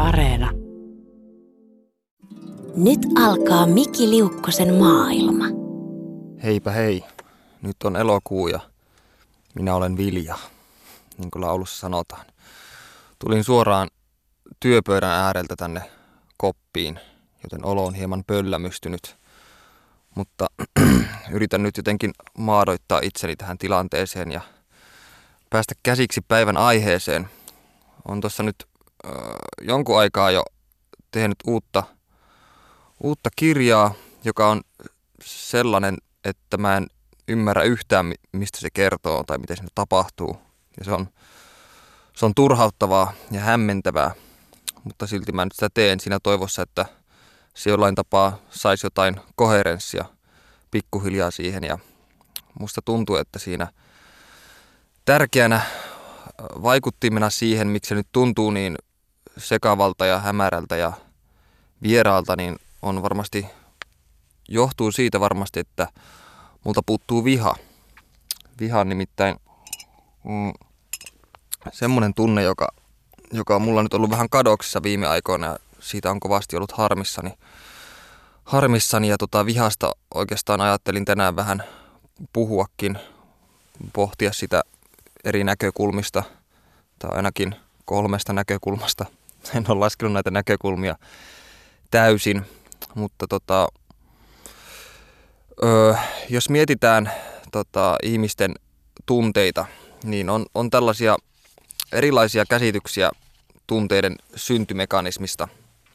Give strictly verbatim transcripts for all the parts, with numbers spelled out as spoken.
Areena. Nyt alkaa Miki Liukkosen maailma. Heipä hei, nyt on elokuu ja minä olen Vilja, niin kuin laulussa sanotaan. Tulin suoraan työpöydän ääreltä tänne koppiin, joten olo on hieman pöllämystynyt. Mutta yritän nyt jotenkin maadoittaa itseni tähän tilanteeseen ja päästä käsiksi päivän aiheeseen. Olen tuossa nyt äh, jonkun aikaa jo tehnyt uutta, uutta kirjaa, joka on sellainen, että mä en ymmärrä yhtään, mistä se kertoo tai miten siinä tapahtuu. Ja se on, se on turhauttavaa ja hämmentävää, mutta silti mä nyt sitä teen siinä toivossa, että se jollain tapaa saisi jotain koherenssia pikkuhiljaa siihen. Ja musta tuntuu, että siinä tärkeänä vaikuttimena siihen, miksi se nyt tuntuu niin sekavalta ja hämärältä ja vieraalta, niin on varmasti, johtuu siitä varmasti, että multa puuttuu viha. Viha on nimittäin mm, semmoinen tunne, joka, joka on mulla nyt ollut vähän kadoksissa viime aikoina ja siitä on kovasti ollut harmissani. Harmissani ja tota vihasta oikeastaan ajattelin tänään vähän puhuakin, pohtia sitä eri näkökulmista tai ainakin kolmesta näkökulmasta. En ole laskenut näitä näkökulmia täysin, mutta tota, öö, jos mietitään tota, ihmisten tunteita, niin on, on tällaisia erilaisia käsityksiä tunteiden syntymekanismista.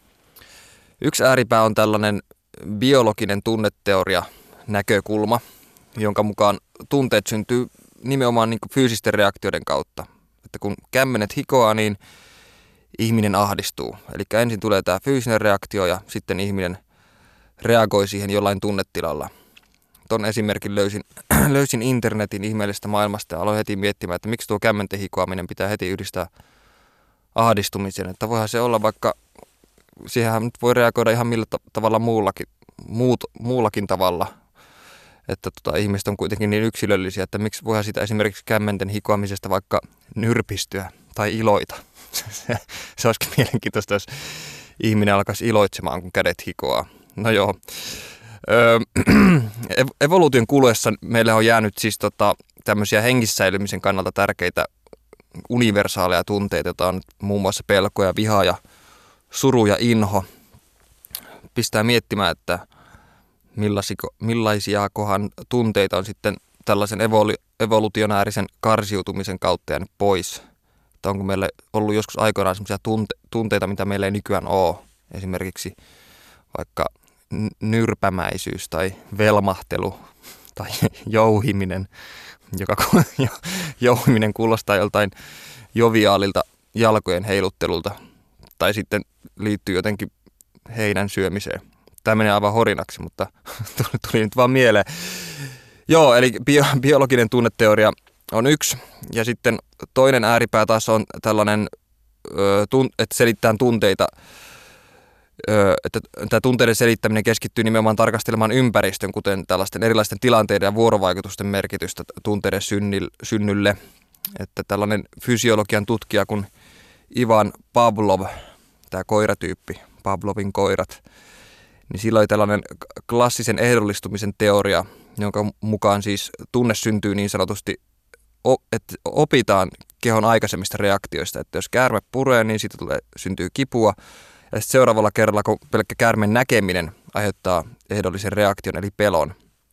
Yksi ääripää on tällainen biologinen tunneteoria näkökulma, jonka mukaan tunteet syntyy nimenomaan niin kuin fyysisten reaktioiden kautta. Että kun kämmenet hikoaa, niin ihminen ahdistuu. Eli ensin tulee tämä fyysinen reaktio ja sitten ihminen reagoi siihen jollain tunnetilalla. Ton esimerkin löysin, löysin internetin ihmeellisestä maailmasta ja aloin heti miettimään, että miksi tuo kämmenten hikoaminen pitää heti yhdistää ahdistumiseen. Että voihan se olla vaikka, siihenhän nyt voi reagoida ihan millä tavalla muullakin, muut, muullakin tavalla. Että tota, ihmiset on kuitenkin niin yksilöllisiä, että miksi voihan sitä esimerkiksi kämmenten hikoamisesta vaikka nyrpistyä tai iloita. Se, se olisikin mielenkiintoista, jos ihminen alkaisi iloitsemaan, kun kädet hikoaa. No joo. Öö, evoluution kuluessa meille on jäänyt siis tota, tämmöisiä hengissä säilymisen kannalta tärkeitä universaaleja tunteita, joita on muun muassa pelko ja viha ja suru ja inho. Pistää miettimään, että millaisia kohan tunteita on sitten tällaisen evolu- evolutionäärisen karsiutumisen kautta jäänyt pois. Että onko meillä ollut joskus aikoinaan sellaisia tunte- tunteita, mitä meillä ei nykyään ole. Esimerkiksi vaikka nyrpämäisyys tai velmahtelu tai jouhiminen, joka jouhiminen kuulostaa joltain joviaalilta jalkojen heiluttelulta tai sitten liittyy jotenkin heinän syömiseen. Tämä menee aivan horinaksi, mutta tuli nyt vaan mieleen. Joo, eli bio, biologinen tunneteoria on yksi. Ja sitten toinen ääripää taas on tällainen, että selittää tunteita, että tämä tunteiden selittäminen keskittyy nimenomaan tarkastelemaan ympäristön, kuten tällaisten erilaisten tilanteiden ja vuorovaikutusten merkitystä tunteiden synnylle. Että tällainen fysiologian tutkija kuin Ivan Pavlov, tämä koiratyyppi, Pavlovin koirat, niin sillä oli tällainen klassisen ehdollistumisen teoria, jonka mukaan siis tunne syntyy niin sanotusti, että opitaan kehon aikaisemmista reaktioista. Että jos käärme puree, niin siitä tulee, syntyy kipua. Ja sitten seuraavalla kerralla, kun pelkkä käärmen näkeminen aiheuttaa ehdollisen reaktion, eli pelon.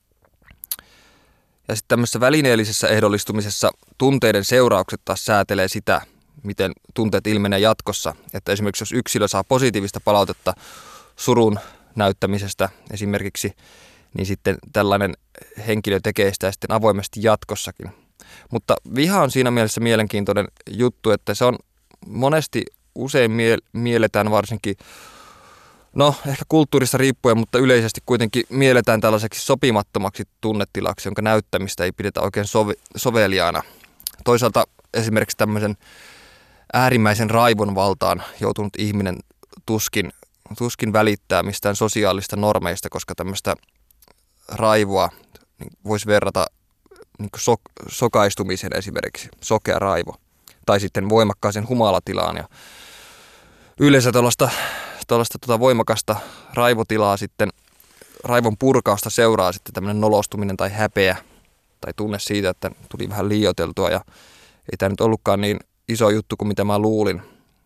Ja sitten tämmöisessä välineellisessä ehdollistumisessa tunteiden seuraukset taas säätelee sitä, miten tunteet ilmenee jatkossa. Että esimerkiksi jos yksilö saa positiivista palautetta surun näyttämisestä esimerkiksi, niin sitten tällainen henkilö tekee sitä sitten avoimesti jatkossakin. Mutta viha on siinä mielessä mielenkiintoinen juttu, että se on monesti usein mie- mielletään varsinkin, no ehkä kulttuurista riippuen, mutta yleisesti kuitenkin mielletään tällaiseksi sopimattomaksi tunnetilaksi, jonka näyttämistä ei pidetä oikein sove- soveliaana. Toisaalta esimerkiksi tämmöisen äärimmäisen raivon valtaan joutunut ihminen tuskin tuskin välittää mistään sosiaalista normeista, koska tämmöistä raivoa voisi verrata niin kuin so, sokaistumiseen esimerkiksi, sokea raivo, tai sitten voimakkaaseen humalatilaan. Ja yleensä tuollaista, tuollaista tota voimakasta raivotilaa sitten, raivon purkausta seuraa sitten tämmöinen nolostuminen tai häpeä tai tunne siitä, että tuli vähän liioiteltua ja ei tämä nyt ollutkaan niin iso juttu kuin mitä mä luulin.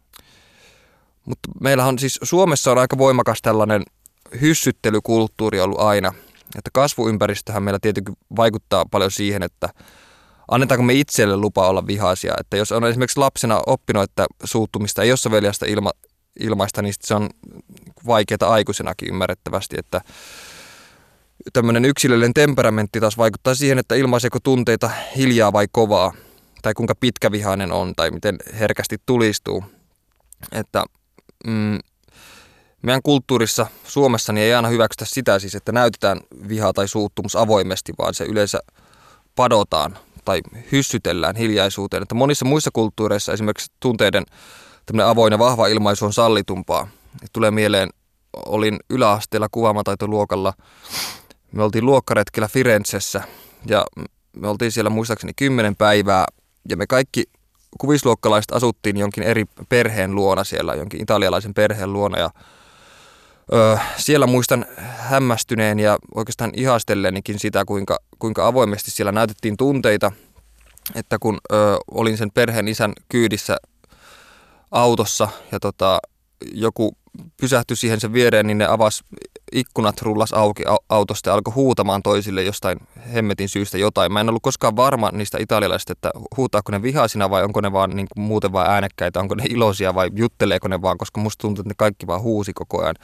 Mutta meillä on siis Suomessa on aika voimakas tällainen hyssyttelykulttuuri ollut aina. Että kasvuympäristöhän meillä tietenkin vaikuttaa paljon siihen, että annetaanko me itselle lupa olla vihaisia. Että jos on esimerkiksi lapsena oppinut, että suuttumista ei ole soveliasta ilma, ilmaista, niin se on vaikeaa aikuisenakin ymmärrettävästi. Että tämmöinen yksilöllinen temperamentti taas vaikuttaa siihen, että ilmaiseeko tunteita hiljaa vai kovaa. Tai kuinka pitkävihainen on tai miten herkästi tulistuu. Että mm, meidän kulttuurissa Suomessa niin ei aina hyväksytä sitä siis, että näytetään viha tai suuttumus avoimesti, vaan se yleensä padotaan tai hyssytellään hiljaisuuteen. Että monissa muissa kulttuureissa esimerkiksi tunteiden tämmöinen avoin ja vahva ilmaisu on sallitumpaa. Et tulee mieleen, olin yläasteella kuvaamataitoluokalla. Me oltiin luokkaretkellä Firenzessä ja me oltiin siellä muistaakseni kymmenen päivää ja me kaikki kuvisluokkalaiset asuttiin jonkin eri perheen luona siellä, jonkin italialaisen perheen luona ja öö, siellä muistan hämmästyneen ja oikeastaan ihastelleenikin sitä, kuinka, kuinka avoimesti siellä näytettiin tunteita, että kun öö, olin sen perheen isän kyydissä autossa ja tota, joku pysähtyi siihen sen viereen, niin ne avasi ikkunat, rullas auki autosta ja alkoi huutamaan toisille jostain hemmetin syystä jotain. Mä en ollut koskaan varma niistä italialaisista, että huutaako ne vihaisina vai onko ne vaan niin kuin muuten vaan äänekkäitä, onko ne iloisia vai jutteleeko ne vaan, koska musta tuntuu, että ne kaikki vaan huusi koko ajan.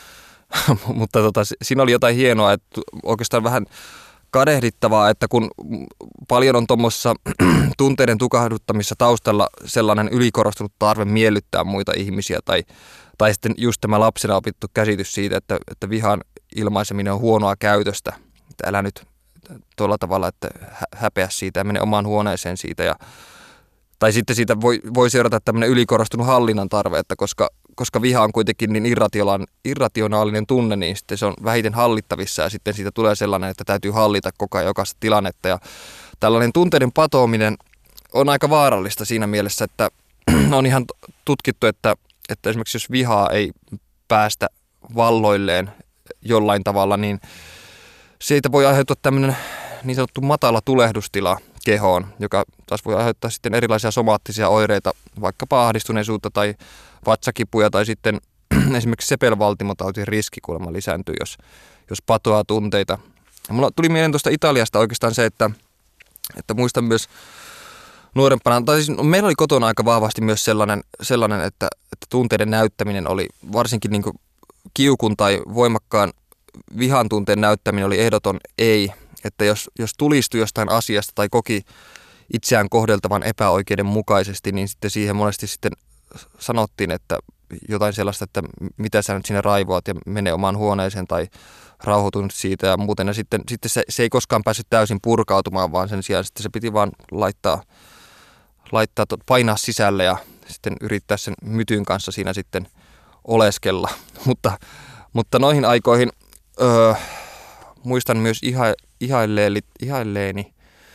Mutta tota, siinä oli jotain hienoa, että oikeastaan vähän kadehdittavaa, että kun paljon on tuommoisessa tunteiden tukahduttamissa taustalla sellainen ylikorostunut tarve miellyttää muita ihmisiä tai, tai sitten just tämä lapsena opittu käsitys siitä, että, että vihan ilmaiseminen on huonoa käytöstä. Että älä nyt tuolla tavalla, että häpeä siitä ja mene omaan huoneeseen siitä. Ja, tai sitten siitä voi, voi seurata tämmöinen ylikorostunut hallinnan tarve, että koska, koska viha on kuitenkin niin irrationaalinen tunne, niin sitten se on vähiten hallittavissa ja sitten siitä tulee sellainen, että täytyy hallita koko ajan jokaista tilannetta. Ja tällainen tunteiden patoaminen on aika vaarallista siinä mielessä, että on ihan tutkittu, että, että esimerkiksi jos vihaa ei päästä valloilleen jollain tavalla, niin siitä voi aiheutua tämmöinen niin sanottu matala tulehdustila kehoon, joka taas voi aiheuttaa sitten erilaisia somaattisia oireita, vaikkapa ahdistuneisuutta tai vatsakipuja tai sitten esimerkiksi sepelvaltimotautien riski kuulemma lisääntyy, jos, jos patoaa tunteita. Ja mulla tuli mieleen tuosta Italiasta oikeastaan se, että, että muistan myös nuorempana, tai siis meillä oli kotona aika vahvasti myös sellainen, sellainen että, että tunteiden näyttäminen oli varsinkin niin kuin kiukun tai voimakkaan vihan tunteen näyttäminen oli ehdoton ei. Että jos, jos tulistui jostain asiasta tai koki itseään kohdeltavan epäoikeudenmukaisesti, niin sitten siihen monesti sitten sanottiin, että jotain sellaista, että mitä sä nyt sinne raivoat ja mene omaan huoneeseen tai rauhoitunut siitä ja muuten. Ja sitten, sitten se, se ei koskaan päässyt täysin purkautumaan, vaan sen sijaan sitten se piti vaan laittaa, laittaa painaa sisälle ja sitten yrittää sen mytyn kanssa siinä sitten oleskella. mutta, mutta noihin aikoihin öö, muistan myös iha, ihailleeni, ihailleeni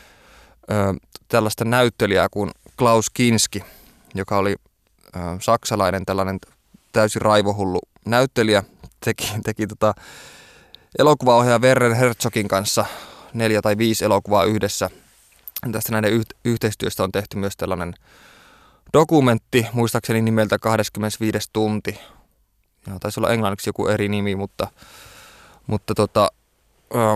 öö, tällaista näyttelijää kuin Klaus Kinski, joka oli ö, saksalainen tällainen täysin raivohullu näyttelijä. Teki, teki tota elokuvaohjaaja Werner Herzogin kanssa neljä tai viisi elokuvaa yhdessä. Tästä näiden yh, yhteistyöstä on tehty myös tällainen dokumentti, muistaakseni nimeltä kaksikymmentäviisi tunti. Ja taisi olla englanniksi joku eri nimi, mutta, mutta tota, ö,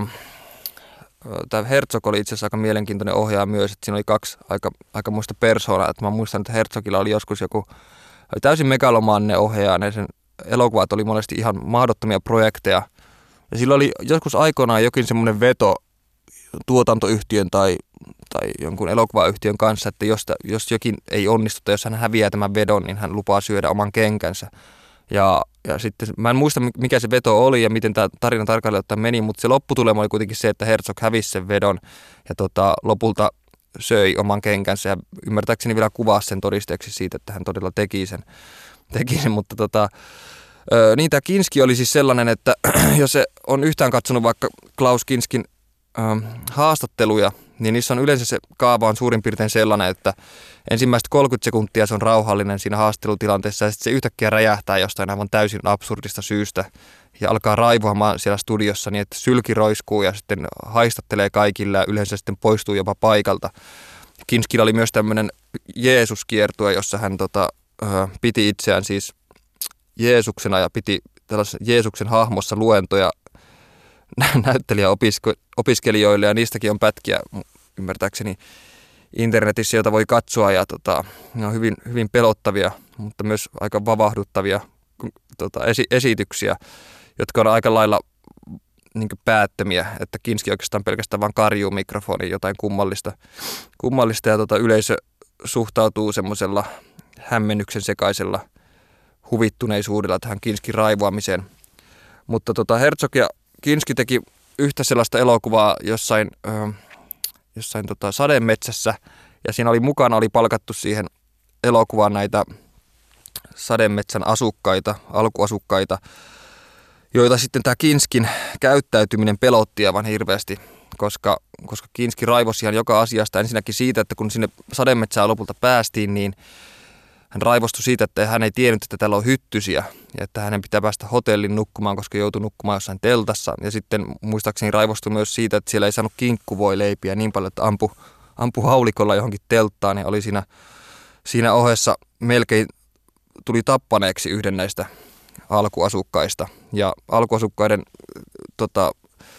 tämä Herzog oli itse asiassa aika mielenkiintoinen ohjaaja myös, että siinä oli kaksi aika, aika muista persoonaa. Että mä muistan, että Herzogilla oli joskus joku oli täysin megalomaaninen ohjaaja, ja sen elokuvat oli monesti ihan mahdottomia projekteja. Ja sillä oli joskus aikoinaan jokin semmoinen veto tuotantoyhtiön tai, tai jonkun elokuvayhtiön kanssa, että jos, jos jokin ei onnistu tai jos hän häviää tämän vedon, niin hän lupaa syödä oman kenkänsä. Ja, ja sitten, mä en muista mikä se veto oli ja miten tämä tarina tarkalleen ottaen meni, mutta se lopputulema oli kuitenkin se, että Herzog hävisi sen vedon ja tota, lopulta söi oman kenkänsä ja ymmärtääkseni vielä kuvasi sen todisteeksi siitä, että hän todella teki sen. Teki sen mutta tota, ö, niin tämä Kinski oli siis sellainen, että jos se on yhtään katsonut vaikka Klaus Kinskin ö, haastatteluja, niin niissä on yleensä se kaava on suurin piirtein sellainen, että ensimmäistä kolmekymmentä sekuntia se on rauhallinen siinä haastattelutilanteessa ja sitten se yhtäkkiä räjähtää jostain aivan täysin absurdista syystä ja alkaa raivoamaan siellä studiossa niin, että sylki roiskuu ja sitten haistattelee kaikille ja yleensä sitten poistuu jopa paikalta. Kinskillä oli myös tämmöinen Jeesus-kiertue, jossa hän tota, piti itseään siis Jeesuksena ja piti tällaisen Jeesuksen hahmossa luentoja näyttelijäopiskelijoille ja niistäkin on pätkiä ymmärtääkseni internetissä, joita voi katsoa ja tota, ne on hyvin, hyvin pelottavia, mutta myös aika vavahduttavia tota, esi- esityksiä, jotka on aika lailla niin kuin päättömiä, että Kinski oikeastaan pelkästään vaan karjuu mikrofoniin jotain kummallista, kummallista ja tota, yleisö suhtautuu semmoisella hämmennyksen sekaisella huvittuneisuudella tähän Kinskin raivoamiseen. Mutta tota, Herzog ja Kinski teki yhtä sellaista elokuvaa jossain, ö, jossain tota, sademetsässä ja siinä oli mukana, oli palkattu siihen elokuvaan näitä sademetsän asukkaita, alkuasukkaita, joita sitten tämä Kinskin käyttäytyminen pelotti aivan hirveästi, koska, koska Kinski raivosi ihan joka asiasta. Ensinnäkin siitä, että kun sinne sademetsään lopulta päästiin, niin hän raivostui siitä, että hän ei tiennyt, että täällä on hyttysiä ja että hänen pitää päästä hotellin nukkumaan, koska joutui nukkumaan jossain teltassa. Ja sitten muistaakseni raivostui myös siitä, että siellä ei saanut kinkkuvoileipiä niin paljon, että ampui ampu haulikolla johonkin telttaan ja oli siinä, siinä ohessa melkein tuli tappaneeksi yhden näistä alkuasukkaista. Ja alkuasukkaiden tota,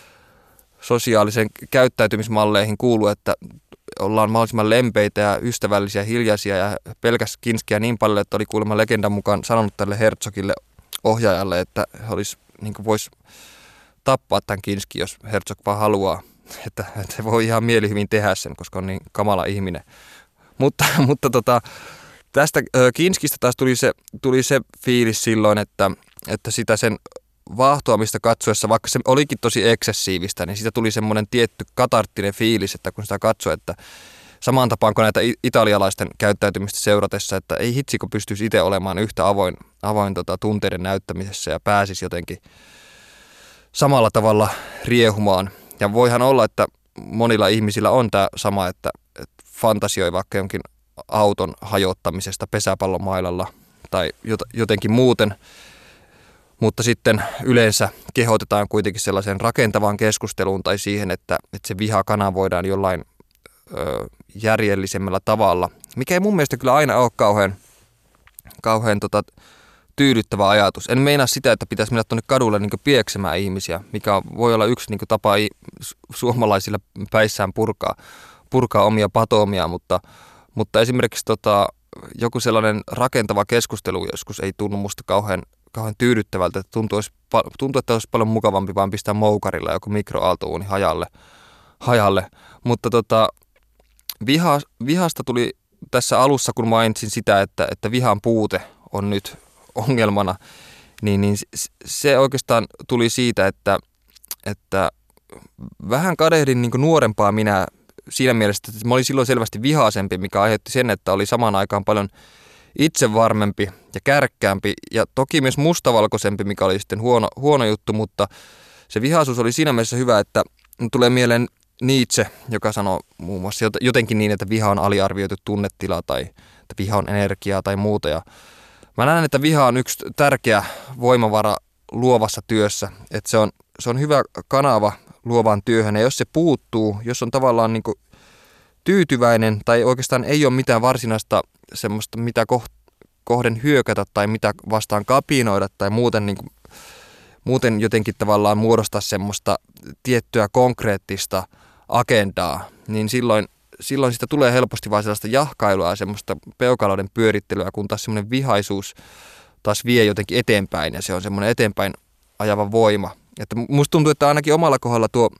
sosiaalisen käyttäytymismalleihin kuuluu, että ollaan mahdollisimman lempeitä ja ystävällisiä, hiljaisia ja pelkäs Kinskiä niin paljon, että oli kuulemma legendan mukaan sanonut tälle Herzogille ohjaajalle, että olisi, niin kuin voisi tappaa tämän Kinski, jos Herzog vaan haluaa. Että, että se voi ihan mielihyvin tehdä sen, koska on niin kamala ihminen. Mutta, mutta tota, tästä Kinskistä taas tuli se, tuli se fiilis silloin, että, että sitä sen vaahtoamista katsoessa, vaikka se olikin tosi eksessiivistä, niin siitä tuli semmoinen tietty katarttinen fiilis, että kun sitä katsoi, että samaan tapaan kuin näitä italialaisten käyttäytymistä seuratessa, että ei hitsi, kun pystyisi itse olemaan yhtä avoin, avoin tota, tunteiden näyttämisessä ja pääsisi jotenkin samalla tavalla riehumaan. Ja voihan olla, että monilla ihmisillä on tämä sama, että, että fantasioi vaikka jonkin auton hajottamisesta pesäpallon mailalla tai jotenkin muuten, mutta sitten yleensä kehotetaan kuitenkin sellaiseen rakentavaan keskusteluun tai siihen, että, että se viha kanavoidaan jollain ö, järjellisemmällä tavalla, mikä ei mun mielestä kyllä aina ole kauhean, kauhean tota, tyydyttävä ajatus. En meinaa sitä, että pitäisi mennä tuonne kadulle niin kuin pieksemään ihmisiä, mikä voi olla yksi niin kuin tapa suomalaisilla päissään purkaa, purkaa omia patoomia, mutta, mutta esimerkiksi tota, joku sellainen rakentava keskustelu joskus ei tunnu musta kauhean, kauhean tyydyttävältä. Tuntuu, tuntuu, että olisi paljon mukavampi vaan pistää moukarilla joku mikroaaltouuni hajalle. hajalle. Mutta tota, viha, vihasta tuli tässä alussa, kun mainitsin sitä, että, että vihan puute on nyt ongelmana, niin, niin se oikeastaan tuli siitä, että, että vähän kadehdin niin kuin nuorempaa minä siinä mielessä, että mä olin silloin selvästi vihaisempi, mikä aiheutti sen, että oli samaan aikaan paljon itsevarmempi ja kärkkäämpi ja toki myös mustavalkoisempi, mikä oli sitten huono, huono juttu, mutta se vihaisuus oli siinä mielessä hyvä, että tulee mieleen Nietzsche, joka sanoo muun muassa jotenkin niin, että viha on aliarvioitu tunnetila tai että viha on energiaa tai muuta. Ja mä näen, että viha on yksi tärkeä voimavara luovassa työssä, että se on, se on hyvä kanava luovaan työhön ja jos se puuttuu, jos on tavallaan niin kuin tyytyväinen tai oikeastaan ei ole mitään varsinaista semmoista, mitä kohden hyökätä tai mitä vastaan kapinoida tai muuten, niin kuin, muuten jotenkin tavallaan muodostaa semmoista tiettyä konkreettista agendaa, niin silloin, silloin sitä tulee helposti vaan sellaista jahkailua ja semmoista peukaloiden pyörittelyä, kun taas semmoinen vihaisuus taas vie jotenkin eteenpäin ja se on semmoinen eteenpäin ajava voima. Että musta tuntuu, että ainakin omalla kohdalla tuo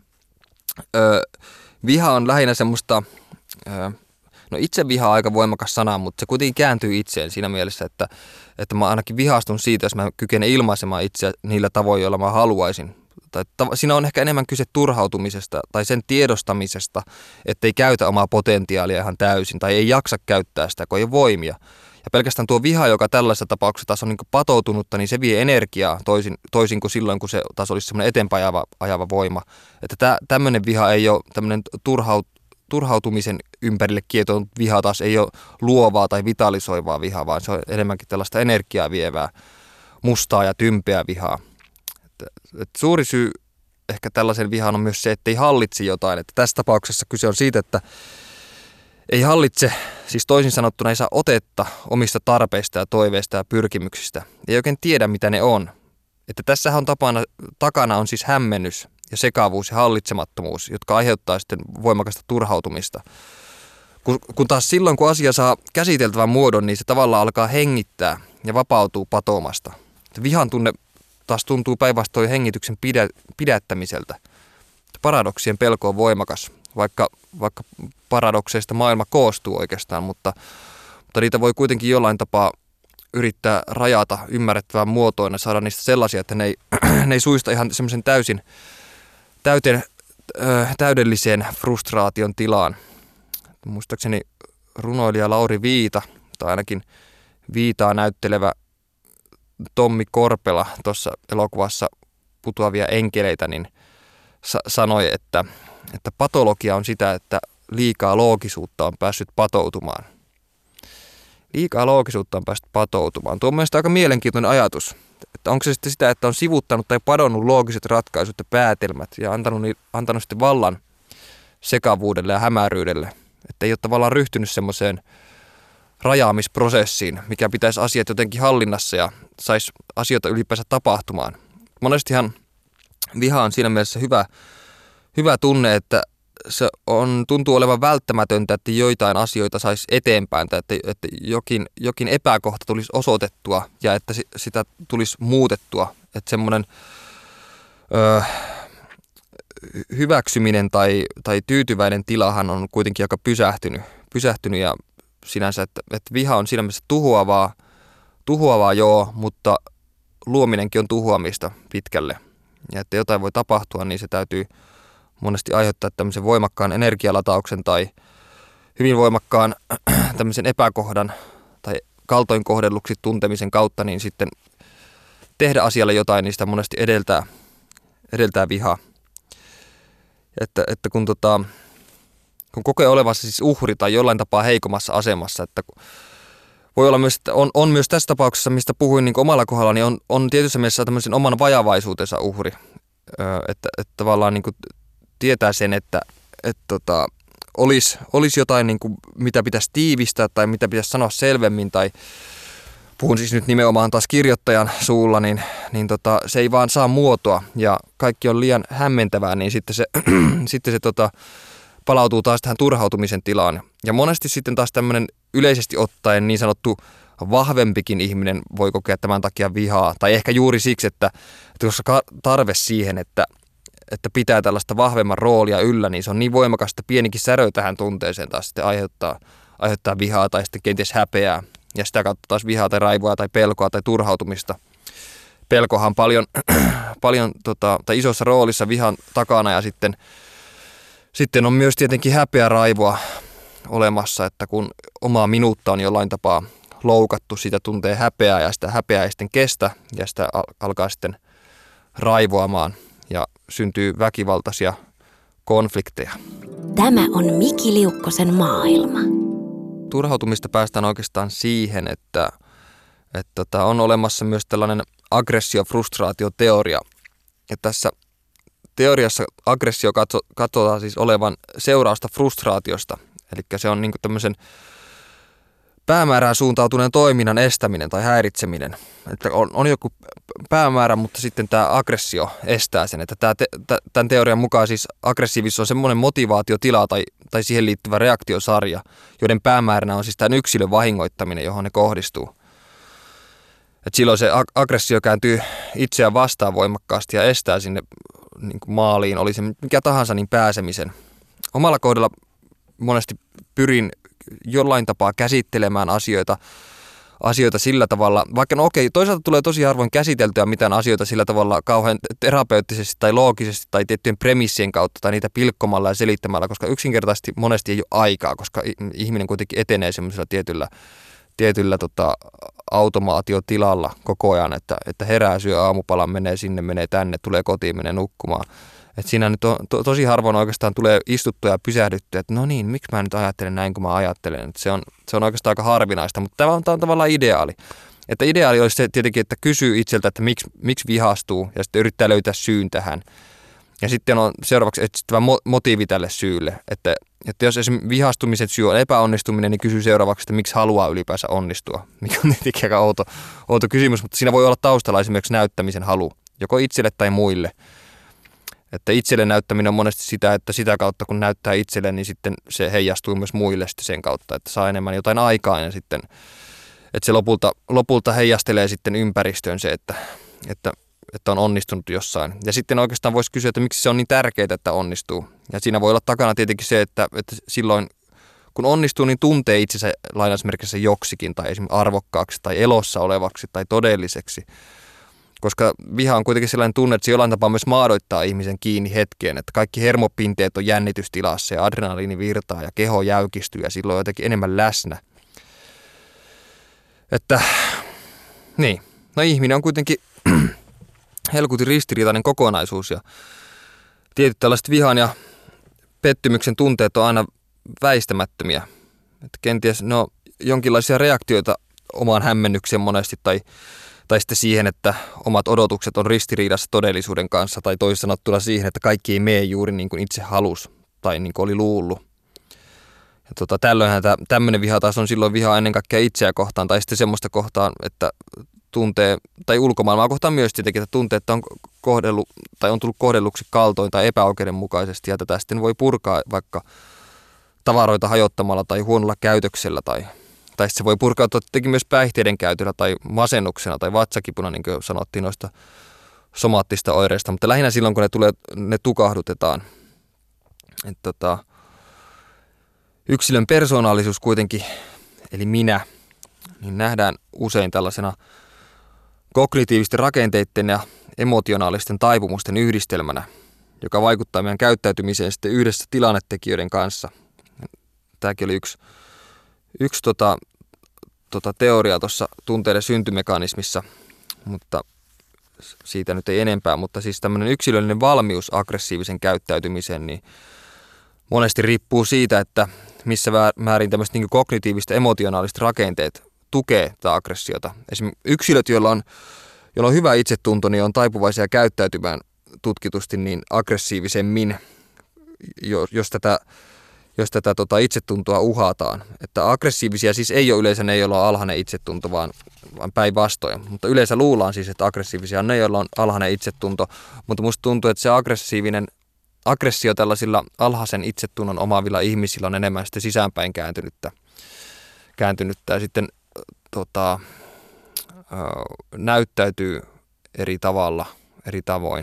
ö, viha on lähinnä semmoista, ö, no itse viha on aika voimakas sana, mutta se kuitenkin kääntyy itseen siinä mielessä, että, että mä ainakin vihastun siitä, jos mä kykenen ilmaisemaan itseä niillä tavoin, joilla mä haluaisin. Tai, ta, siinä on ehkä enemmän kyse turhautumisesta tai sen tiedostamisesta, ettei käytä omaa potentiaalia ihan täysin tai ei jaksa käyttää sitä, kun ei ole voimia. Ja pelkästään tuo viha, joka tällaisessa tapauksessa taas on niin kuin patoutunutta, niin se vie energiaa toisin, toisin kuin silloin, kun se taas olisi semmoinen eteenpäin ajava, ajava voima. Että tä, tämmöinen viha ei ole tämmöinen turhaut, turhautumisen ympärille kietonut viha taas ei ole luovaa tai vitalisoivaa vihaa, vaan se on enemmänkin tällaista energiaa vievää, mustaa ja tympeää vihaa. Et, et suuri syy ehkä tällaisen vihaan on myös se, että ei hallitse jotain. Että tässä tapauksessa kyse on siitä, että ei hallitse, siis toisin sanottuna ei saa otetta omista tarpeista ja toiveista ja pyrkimyksistä. Ei oikein tiedä, mitä ne on. Että tässähän on tapana, takana on siis hämmennys ja sekavuus ja hallitsemattomuus, jotka aiheuttaa sitten voimakasta turhautumista. Kun, kun taas silloin, kun asia saa käsiteltävän muodon, niin se tavallaan alkaa hengittää ja vapautuu patoamasta. Vihan tunne taas tuntuu päinvastoin hengityksen pidä, pidättämiseltä. Paradoksien pelko on voimakas, vaikka, vaikka paradokseista maailma koostuu oikeastaan, mutta, mutta niitä voi kuitenkin jollain tapaa yrittää rajata ymmärrettävään muotoon ja saada niistä sellaisia, että ne ei, ne ei suista ihan semmoisen täysin täyteen, ö, täydelliseen frustraation tilaan. Muistaakseni runoilija Lauri Viita, tai ainakin Viitaa näyttelevä Tommi Korpela tuossa elokuvassa Putoavia enkeleitä, niin sa- sanoi, että, että patologia on sitä, että liikaa loogisuutta on päässyt patoutumaan. Liikaa loogisuutta on päässyt patoutumaan. Tuo on mielestäni aika mielenkiintoinen ajatus. Että onko se sitten sitä, että on sivuttanut tai padonnut loogiset ratkaisut ja päätelmät ja antanut, antanut sitten vallan sekavuudelle ja hämäryydelle. Että ei ole tavallaan ryhtynyt semmoiseen rajaamisprosessiin, mikä pitäisi asiat jotenkin hallinnassa ja saisi asioita ylipäänsä tapahtumaan. Monestihan viha on siinä mielessä hyvä, hyvä tunne, että se on, tuntuu olevan välttämätöntä, että joitain asioita saisi eteenpäin, tai että, että jokin, jokin epäkohta tulisi osoitettua ja että sitä tulisi muutettua. Että semmoinen ö, hyväksyminen tai, tai tyytyväinen tilahan on kuitenkin aika pysähtynyt, pysähtynyt ja sinänsä, että, että viha on siinä mielessä tuhoavaa, tuhoavaa joo, mutta luominenkin on tuhoamista pitkälle. Ja että jotain voi tapahtua, niin se täytyy monesti aiheuttaa tämmöisen voimakkaan energialatauksen tai hyvin voimakkaan tämmöisen epäkohdan tai kaltoinkohdelluksi tuntemisen kautta, niin sitten tehdä asialle jotain, niin sitä monesti edeltää, edeltää vihaa. Että, että kun, tota, kun kokee olevansa siis uhri tai jollain tapaa heikommassa asemassa, että voi olla myös, että on, on myös tässä tapauksessa, mistä puhuin niin omalla kohdalla, niin on, on tietyssä mielessä tämmöisen oman vajavaisuutensa uhri. Öö, että, että tavallaan niin kuin tietää sen, että, että tota, olisi, olisi jotain, niin kuin, mitä pitäisi tiivistää tai mitä pitäisi sanoa selvemmin, tai puhun siis nyt nimenomaan taas kirjoittajan suulla, niin, niin tota, se ei vaan saa muotoa ja kaikki on liian hämmentävää, niin sitten se, sitten se tota, palautuu taas tähän turhautumisen tilaan. Ja monesti sitten taas tämmöinen yleisesti ottaen niin sanottu vahvempikin ihminen voi kokea tämän takia vihaa, tai ehkä juuri siksi, että, että koska tarve siihen, että että pitää tällaista vahvemman roolia yllä, niin se on niin voimakas, että pienikin särö tähän tunteeseen taas sitten aiheuttaa, aiheuttaa vihaa tai sitten kenties häpeää. Ja sitä kautta taas vihaa tai raivoa tai pelkoa tai turhautumista. Pelkohan paljon, paljon tota, tai isossa roolissa vihan takana ja sitten, sitten on myös tietenkin häpeä raivoa olemassa, että kun omaa minuutta on jollain tapaa loukattu, sitä tuntee häpeää ja sitä häpeää ei sitten kestä ja sitä alkaa sitten raivoamaan. Ja syntyy väkivaltaisia konflikteja. Tämä on Miki Liukkosen maailma. Turhautumista päästään oikeastaan siihen, että, että tota, on olemassa myös tällainen aggressio-frustraatioteoria. Ja tässä teoriassa aggressio katso, katsotaan siis olevan seurausta frustraatiosta. Eli se on niin kuin tämmöisen päämäärään suuntautuneen toiminnan estäminen tai häiritseminen. Että on, on joku päämäärä, mutta sitten tämä aggressio estää sen. Että tämä te, tämän teorian mukaan siis aggressiivisuus on semmoinen motivaatiotila tai, tai siihen liittyvä reaktiosarja, joiden päämääränä on siis tämän yksilön vahingoittaminen, johon ne kohdistuu. Et silloin se aggressio kääntyy itseään vastaan voimakkaasti ja estää sinne niin kuin maaliin, oli se mikä tahansa, niin pääsemisen. Omalla kohdalla monesti pyrin jollain tapaa käsittelemään asioita, asioita sillä tavalla, vaikka no okei, toisaalta tulee tosi harvoin käsiteltyä mitään asioita sillä tavalla kauhean terapeuttisesti tai loogisesti tai tiettyjen premissien kautta tai niitä pilkkomalla ja selittämällä, koska yksinkertaisesti monesti ei ole aikaa, koska ihminen kuitenkin etenee semmoisella tietyllä, tietyllä tota, automaatiotilalla koko ajan, että, että herää, syö aamupalan, menee sinne, menee tänne, tulee kotiin, menee nukkumaan. Että siinä nyt on, to, tosi harvoin oikeastaan tulee istuttua ja pysähdyttyä, että no niin, miksi mä nyt ajattelen näin kuin mä ajattelen. Että se, on, se on oikeastaan aika harvinaista, mutta tämä on, tämä on tavallaan ideaali. Että ideaali olisi se tietenkin, että kysyy itseltä, että miksi, miksi vihastuu ja sitten yrittää löytää syyn tähän. Ja sitten on seuraavaksi etsittävä motiivi tälle syylle. Että, että jos esimerkiksi vihastumisen syy on epäonnistuminen, niin kysyy seuraavaksi, että miksi haluaa ylipäänsä onnistua. Mikä on tietenkin aika outo, outo kysymys, mutta siinä voi olla taustalla esimerkiksi näyttämisen halu, joko itselle tai muille. Että itselle näyttäminen on monesti sitä, että sitä kautta kun näyttää itselle, niin sitten se heijastuu myös muille sitten sen kautta, että saa enemmän jotain aikaa ja sitten, että se lopulta, lopulta heijastelee sitten ympäristöön se, että, että, että on onnistunut jossain. Ja sitten oikeastaan voisi kysyä, että miksi se on niin tärkeää, että onnistuu. Ja siinä voi olla takana tietenkin se, että, että silloin kun onnistuu, niin tuntee itsensä lainausmerkissä joksikin tai esimerkiksi arvokkaaksi tai elossa olevaksi tai todelliseksi. Koska viha on kuitenkin sellainen tunne, että se jollain tapaa myös maadoittaa ihmisen kiinni hetkeen, että kaikki hermopinteet on jännitystilassa ja adrenaliini virtaa ja keho jäykistyy ja silloin on jotenkin enemmän läsnä. Että, niin, no ihminen on kuitenkin helkutin ristiriitainen kokonaisuus ja tietyt tällaiset vihan ja pettymyksen tunteet on aina väistämättömiä. Että kenties ne on jonkinlaisia reaktioita omaan hämmennykseen monesti tai Tai sitten siihen, että omat odotukset on ristiriidassa todellisuuden kanssa, tai toisin sanottuna siihen, että kaikki ei mene juuri niin kuin itse halusi, tai niin kuin oli luullut. Ja tota, tällöinhän tämä, tämmöinen viha taas on silloin vihaa ennen kaikkea itseä kohtaan, tai sitten semmoista kohtaan, että tuntee, tai ulkomaailmaa kohtaan myös tietenkin, että tuntee, että on kohdellut, tai on tullut kohdelluksi kaltoin tai epäoikeudenmukaisesti, ja tätä sitten voi purkaa vaikka tavaroita hajottamalla tai huonolla käytöksellä, tai Tai se voi purkautua tietenkin myös päihteiden käytöllä tai masennuksena tai vatsakipuna, niin kuin sanottiin noista somaattista oireista. Mutta lähinnä silloin, kun ne, tulee, ne tukahdutetaan. Et tota, yksilön persoonallisuus kuitenkin, eli minä, niin nähdään usein tällaisena kognitiivisten rakenteiden ja emotionaalisten taipumusten yhdistelmänä, joka vaikuttaa meidän käyttäytymiseen sitten yhdessä tilannetekijöiden kanssa. Tämäkin oli yksi Yksi tota, tota teoria tuossa tunteiden syntymekanismissa, mutta siitä nyt ei enempää, mutta siis tämmöinen yksilöllinen valmius aggressiivisen käyttäytymiseen, niin monesti riippuu siitä, että missä määrin tämmöiset niin kuin kognitiiviset emotionaaliset rakenteet tukee tätä aggressiota. Esimerkiksi yksilöt, joilla on, joilla on hyvä itsetunto, niin on taipuvaisia käyttäytymään tutkitusti niin aggressiivisemmin, jos tätä jos tätä tota, itsetuntoa uhataan. Että aggressiivisia siis ei ole yleensä ne, joilla on alhainen itsetunto, vaan, vaan päinvastoin. Mutta yleensä luullaan siis, että aggressiivisia on ne, joilla on alhainen itsetunto. Mutta musta tuntuu, että se aggressiivinen aggressio tällaisilla alhaisen itsetunnon omaavilla ihmisillä on enemmän sitten sisäänpäin kääntynyttä. kääntynyttä ja sitten tota, näyttäytyy eri tavalla, eri tavoin.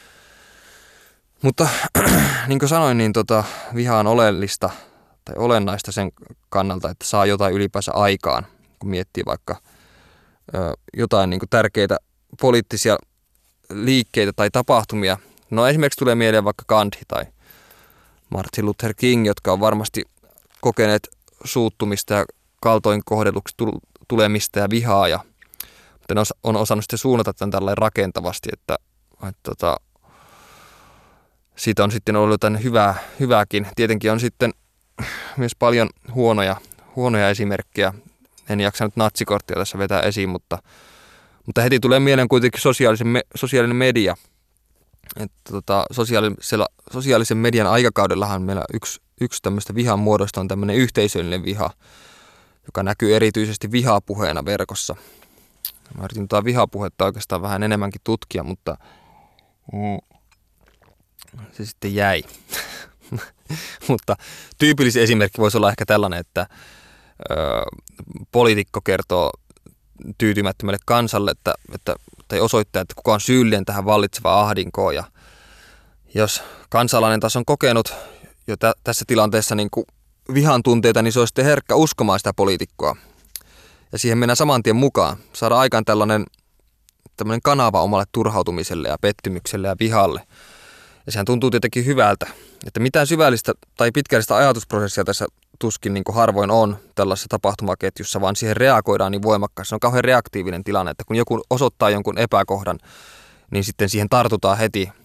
Mutta niin kuin sanoin, niin tota, viha on oleellista tai olennaista sen kannalta, että saa jotain ylipäänsä aikaan, kun miettii vaikka ö, jotain niin kuin tärkeitä poliittisia liikkeitä tai tapahtumia. No esimerkiksi tulee mieleen vaikka Gandhi tai Martin Luther King, jotka on varmasti kokeneet suuttumista ja kaltoin kohdelluksi tulemista ja vihaa, ja, mutta ne on osannut sitten suunnata tämän tällainen rakentavasti, että, että, että siitä on sitten ollut jotain hyvää, hyvääkin. Tietenkin on sitten myös paljon huonoja, huonoja esimerkkejä. En jaksa nyt natsikorttia tässä vetää esiin, mutta, mutta heti tulee mieleen kuitenkin sosiaalisen, me, sosiaalinen media. Että tota, sosiaalisella, sosiaalisen median aikakaudellahan meillä yksi, yksi tämmöistä vihan muodosta on tämmöinen yhteisöllinen viha, joka näkyy erityisesti vihapuheena verkossa. Mä yritin tuota vihapuhetta oikeastaan vähän enemmänkin tutkia, mutta mm, se sitten jäi. Mutta tyypillisin esimerkki voisi olla ehkä tällainen, että ö, poliitikko kertoo tyytymättömälle kansalle, että, että, tai osoittaa, että kuka on syyllinen tähän vallitsevaan ahdinkoon. Ja jos kansalainen taas on kokenut jo tä, tässä tilanteessa niin kuin vihan tunteita, niin se on sitten herkkä uskomaan sitä poliitikkoa. Ja siihen mennään saman tien mukaan. Saada aikaan tällainen, tällainen kanava omalle turhautumiselle ja pettymykselle ja vihalle. Ja sehän tuntuu tietenkin hyvältä, että mitään syvällistä tai pitkällistä ajatusprosessia tässä tuskin niin kuin harvoin on tällaisessa tapahtumaketjussa, vaan siihen reagoidaan niin voimakkaasti. Se on kauhean reaktiivinen tilanne, että kun joku osoittaa jonkun epäkohdan, niin sitten siihen tartutaan heti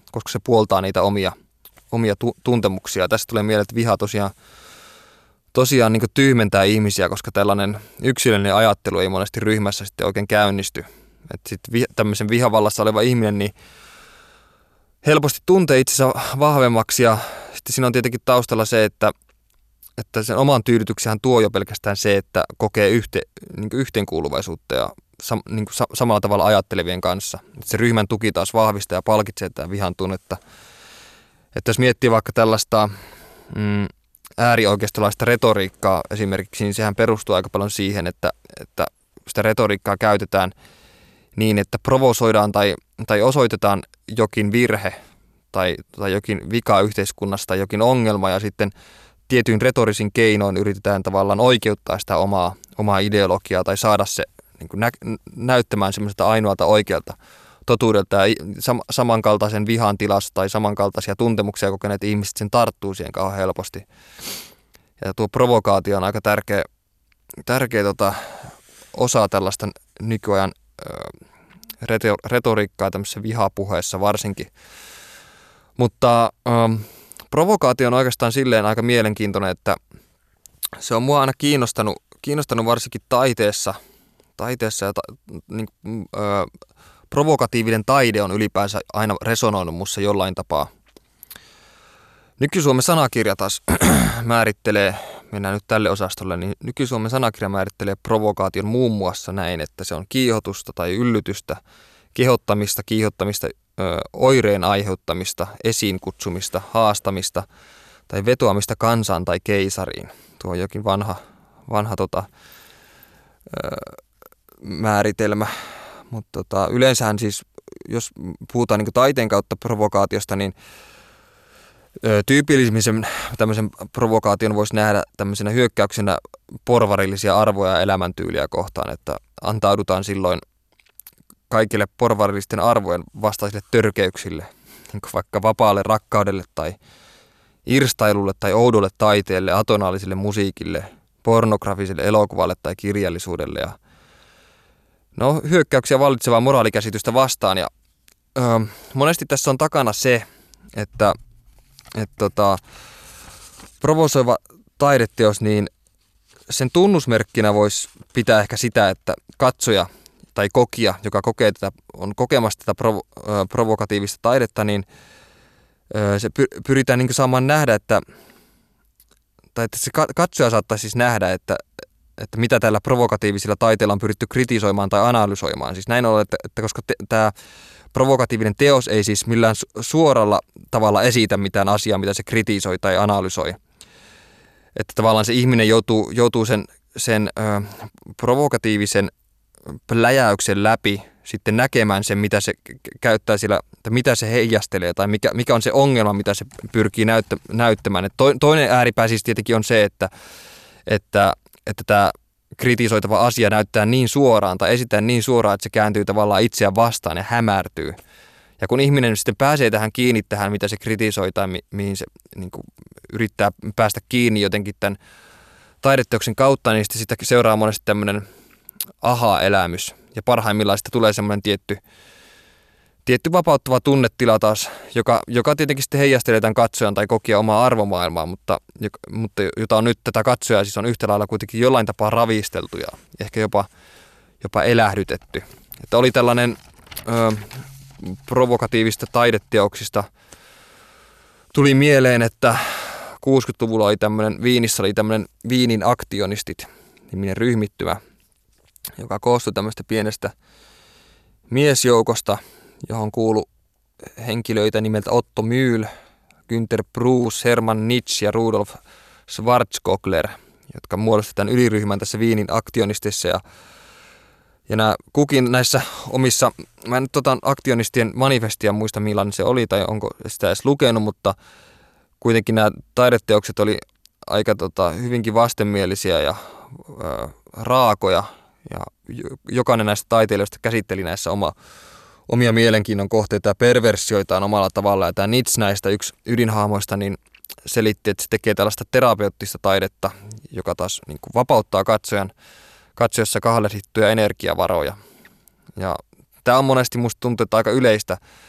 koska se puoltaa niitä omia, omia tu- tuntemuksia. Tästä tulee mieleen, että viha tosiaan, tosiaan niin kuin tyhmentää ihmisiä, koska tällainen yksilöllinen ajattelu ei monesti ryhmässä sitten oikein käynnisty. Että sitten vi- tämmöisen vihavallassa oleva ihminen niin helposti tuntee itsensä vahvemmaksi ja sitten siinä on tietenkin taustalla se, että, että sen oman tyydytyksen tuo jo pelkästään se, että kokee yhte, niin kuin yhteenkuuluvaisuutta ja sam, niin kuin sa, samalla tavalla ajattelevien kanssa. Että se ryhmän tuki taas vahvistaa ja palkitsee tämän vihan tunnetta. Että jos miettii vaikka tällaista mm, äärioikeistolaista retoriikkaa esimerkiksi, niin sehän perustuu aika paljon siihen, että, että sitä retoriikkaa käytetään niin, että provosoidaan tai, tai osoitetaan jokin virhe tai, tai jokin vika yhteiskunnasta tai jokin ongelma ja sitten tietyin retorisin keinoin yritetään tavallaan oikeuttaa sitä omaa, omaa ideologiaa tai saada se niin kuin nä, näyttämään semmoiselta ainoalta oikealta totuudelta ja sam, samankaltaisen vihan tilassa tai samankaltaisia tuntemuksia kokeneet ihmiset sen tarttuu siihen kauhean helposti. Ja tuo provokaatio on aika tärkeä, tärkeä tota, osa tällaista nykyajan ö, retoriikkaa tämmöisessä vihapuheessa varsinkin. Mutta ö, provokaatio on oikeastaan silleen aika mielenkiintoinen, että se on mua aina kiinnostanut, kiinnostanut varsinkin taiteessa. Taiteessa ja ta, niin, ö, provokatiivinen taide on ylipäänsä aina resonoinut mussa jollain tapaa. Nyky-Suomen sanakirja taas määrittelee, mennään nyt tälle osastolle, niin Nyky-Suomen sanakirja määrittelee provokaation muun muassa näin, että se on kiihotusta tai yllytystä, kehottamista, kiihottamista, ö, oireen aiheuttamista, esiin kutsumista, haastamista tai vetoamista kansaan tai keisariin. Tuo on jokin vanha, vanha tota, ö, määritelmä. Mutta tota, yleensähän siis, jos puhutaan niin taiteen kautta provokaatiosta, niin ö, tyypillisimmin tämmöisen provokaation voisi nähdä tämmöisenä hyökkäyksenä porvarillisia arvoja ja elämäntyyliä kohtaan, että antaudutaan silloin kaikille porvarillisten arvojen vastaisille törkeyksille, niin kuin vaikka vapaalle rakkaudelle tai irstailulle tai oudolle taiteelle, atonaaliselle musiikille, pornografiselle elokuvalle tai kirjallisuudelle ja no, hyökkäyksiä vallitsevaa moraalikäsitystä vastaan ja ö, monesti tässä on takana se, että et, tota, provosoiva taideteos, niin sen tunnusmerkkinä voisi pitää ehkä sitä, että katsoja tai kokija, joka kokee tätä, on kokemassa tätä provo, ö, provokatiivista taidetta, niin ö, se py, pyritään niin kuin saamaan nähdä, että, tai että se katsoja saattaisi siis nähdä, että että mitä tällä provokatiivisilla taiteilla on pyritty kritisoimaan tai analysoimaan. Siis näin ollen, että, että koska te, tämä provokatiivinen teos ei siis millään suoralla tavalla esitä mitään asiaa, mitä se kritisoi tai analysoi. Että tavallaan se ihminen joutuu, joutuu sen, sen ö, provokatiivisen pläjäyksen läpi sitten näkemään sen, mitä se käyttää sillä, että mitä se heijastelee tai mikä, mikä on se ongelma, mitä se pyrkii näyttä, näyttämään. Et to, toinen ääripää siis tietenkin on se, että, että että tämä kritisoitava asia näyttää niin suoraan tai esittää niin suoraan, että se kääntyy tavallaan itseään vastaan ja hämärtyy. Ja kun ihminen sitten pääsee tähän kiinni tähän, mitä se kritisoi tai mi- mihin se niin kuin, yrittää päästä kiinni jotenkin tämän taideteoksen kautta, niin sitten sitä seuraa monesti tämmöinen aha-elämys. Ja parhaimmillaan sitten tulee semmoinen tietty, tietty vapauttava tunnetila taas, joka, joka tietenkin sitten heijastelee tämän katsojan tai kokia omaa arvomaailmaa, mutta, mutta jota on nyt tätä katsojaa siis on yhtä lailla kuitenkin jollain tapaa ravisteltu ja ehkä jopa, jopa elähdytetty. Että oli tällainen ö, provokatiivista taideteoksista. Tuli mieleen, että kuusikymmentäluvulla oli tämmöinen, Viinissä oli tämmöinen Viinin aktionistit-niminen ryhmittymä, joka koostui tämmöistä pienestä miesjoukosta, johon kuului henkilöitä nimeltä Otto Mühl, Günter Bruus, Hermann Nitsch ja Rudolf Schwarzkogler, jotka muodostetaan yliryhmän tässä Viinin aktionistissa. Ja, ja nämä kukin näissä omissa, mä en nyt tota aktionistien manifestia muista millainen se oli tai onko sitä edes lukenut, mutta kuitenkin nämä taideteokset oli aika tota, hyvinkin vastenmielisiä ja ää, raakoja. Ja jokainen näistä taiteilijoista käsitteli näissä oma, omia mielenkiinnon kohteita ja perversioitaan omalla tavalla. Ja tämä Nitsch näistä yksi ydinhahmoista niin selitti, että se tekee tällaista terapeuttista taidetta, joka taas niin kuin vapauttaa katsojan, katsojassa kahlesittuja energiavaroja. Ja tämä on monesti musta tuntuu, että aika yleistä,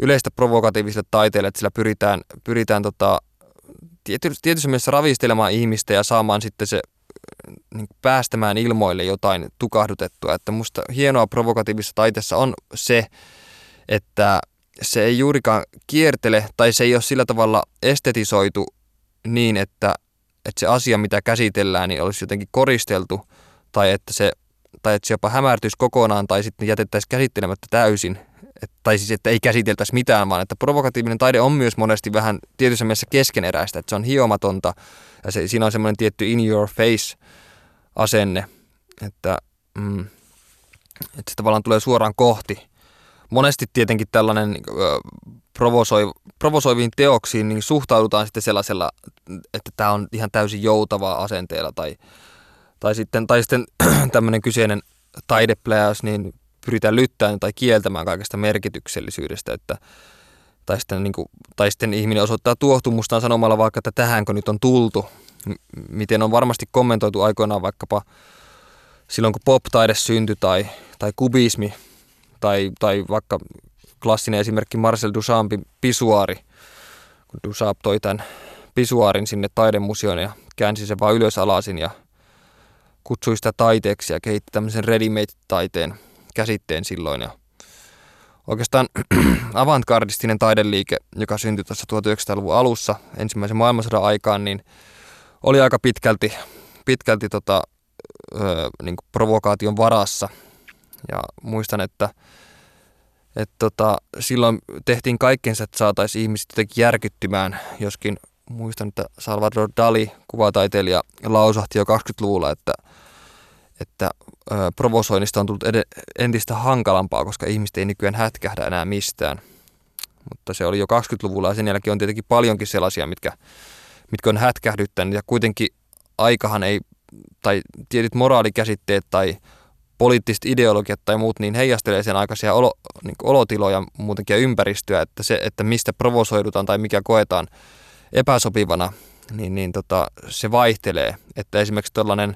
yleistä provokatiiviselle taiteelle, että sillä pyritään, pyritään tota, tietyssä mielessä ravistelemaan ihmistä ja saamaan sitten se niin kuin päästämään ilmoille jotain tukahdutettua. Että musta hienoa provokatiivisessa taiteessa on se, että se ei juurikaan kiertele tai se ei ole sillä tavalla estetisoitu niin, että, että se asia, mitä käsitellään, niin olisi jotenkin koristeltu tai että se, tai että se jopa hämärtyisi kokonaan tai sitten jätettäisiin käsittelemättä täysin. Et, tai siis, että ei käsiteltäisi mitään, vaan että provokatiivinen taide on myös monesti vähän tietyssä mielessä keskeneräistä, että se on hiomatonta ja se, siinä on semmoinen tietty in your face asenne, että, mm, että se tavallaan tulee suoraan kohti. Monesti tietenkin tällainen ö, provosoi, provosoiviin teoksiin niin suhtaudutaan sitten sellaisella, että tämä on ihan täysin joutavaa asenteella tai, tai sitten, tai sitten tämmöinen kyseinen taidepläjäys, niin pyritään lyttämään tai kieltämään kaikesta merkityksellisyydestä, että, tai, sitten, niin kuin, tai sitten ihminen osoittaa tuohtumustaan sanomalla vaikka, että tähänkö nyt on tultu, M- miten on varmasti kommentoitu aikoinaan vaikkapa silloin, kun pop-taide syntyi tai, tai kubismi, tai, tai vaikka klassinen esimerkki Marcel Duchampin pisuaari, kun Duchamp toi tämän pisuaarin sinne taidemuseoon ja käänsi sen vaan ylös alasin ja kutsui sitä taiteeksi ja kehitti tämmöisen ready-made-taiteen käsitteen silloin. Ja oikeastaan avantgardistinen taideliike, joka syntyi tuossa tuhatyhdeksänsataaluvun alussa ensimmäisen maailmansodan aikaan, niin oli aika pitkälti, pitkälti tota, ö, niin kuin provokaation varassa. Ja muistan, että, että tota, silloin tehtiin kaikkensa, että saataisiin ihmiset jotenkin järkyttymään, joskin muistan, että Salvador Dali, kuvataiteilija, lausahti jo kaksikymmentäluvulla, että, että ö, provosoinnista on tullut ed- entistä hankalampaa, koska ihmiset ei nykyään hätkähdä enää mistään. Mutta se oli jo kaksikymmentäluvulla ja sen jälkeen on tietenkin paljonkin sellaisia, mitkä, mitkä on hätkähdyttänyt. Ja kuitenkin aikahan ei, tai tietyt moraalikäsitteet tai poliittiset ideologiat tai muut, niin heijastelee sen aikaisia olo, niin kuin olotiloja muutenkin ja ympäristöä, että se, että mistä provosoidutaan tai mikä koetaan epäsopivana, niin, niin tota, se vaihtelee. Että esimerkiksi tällainen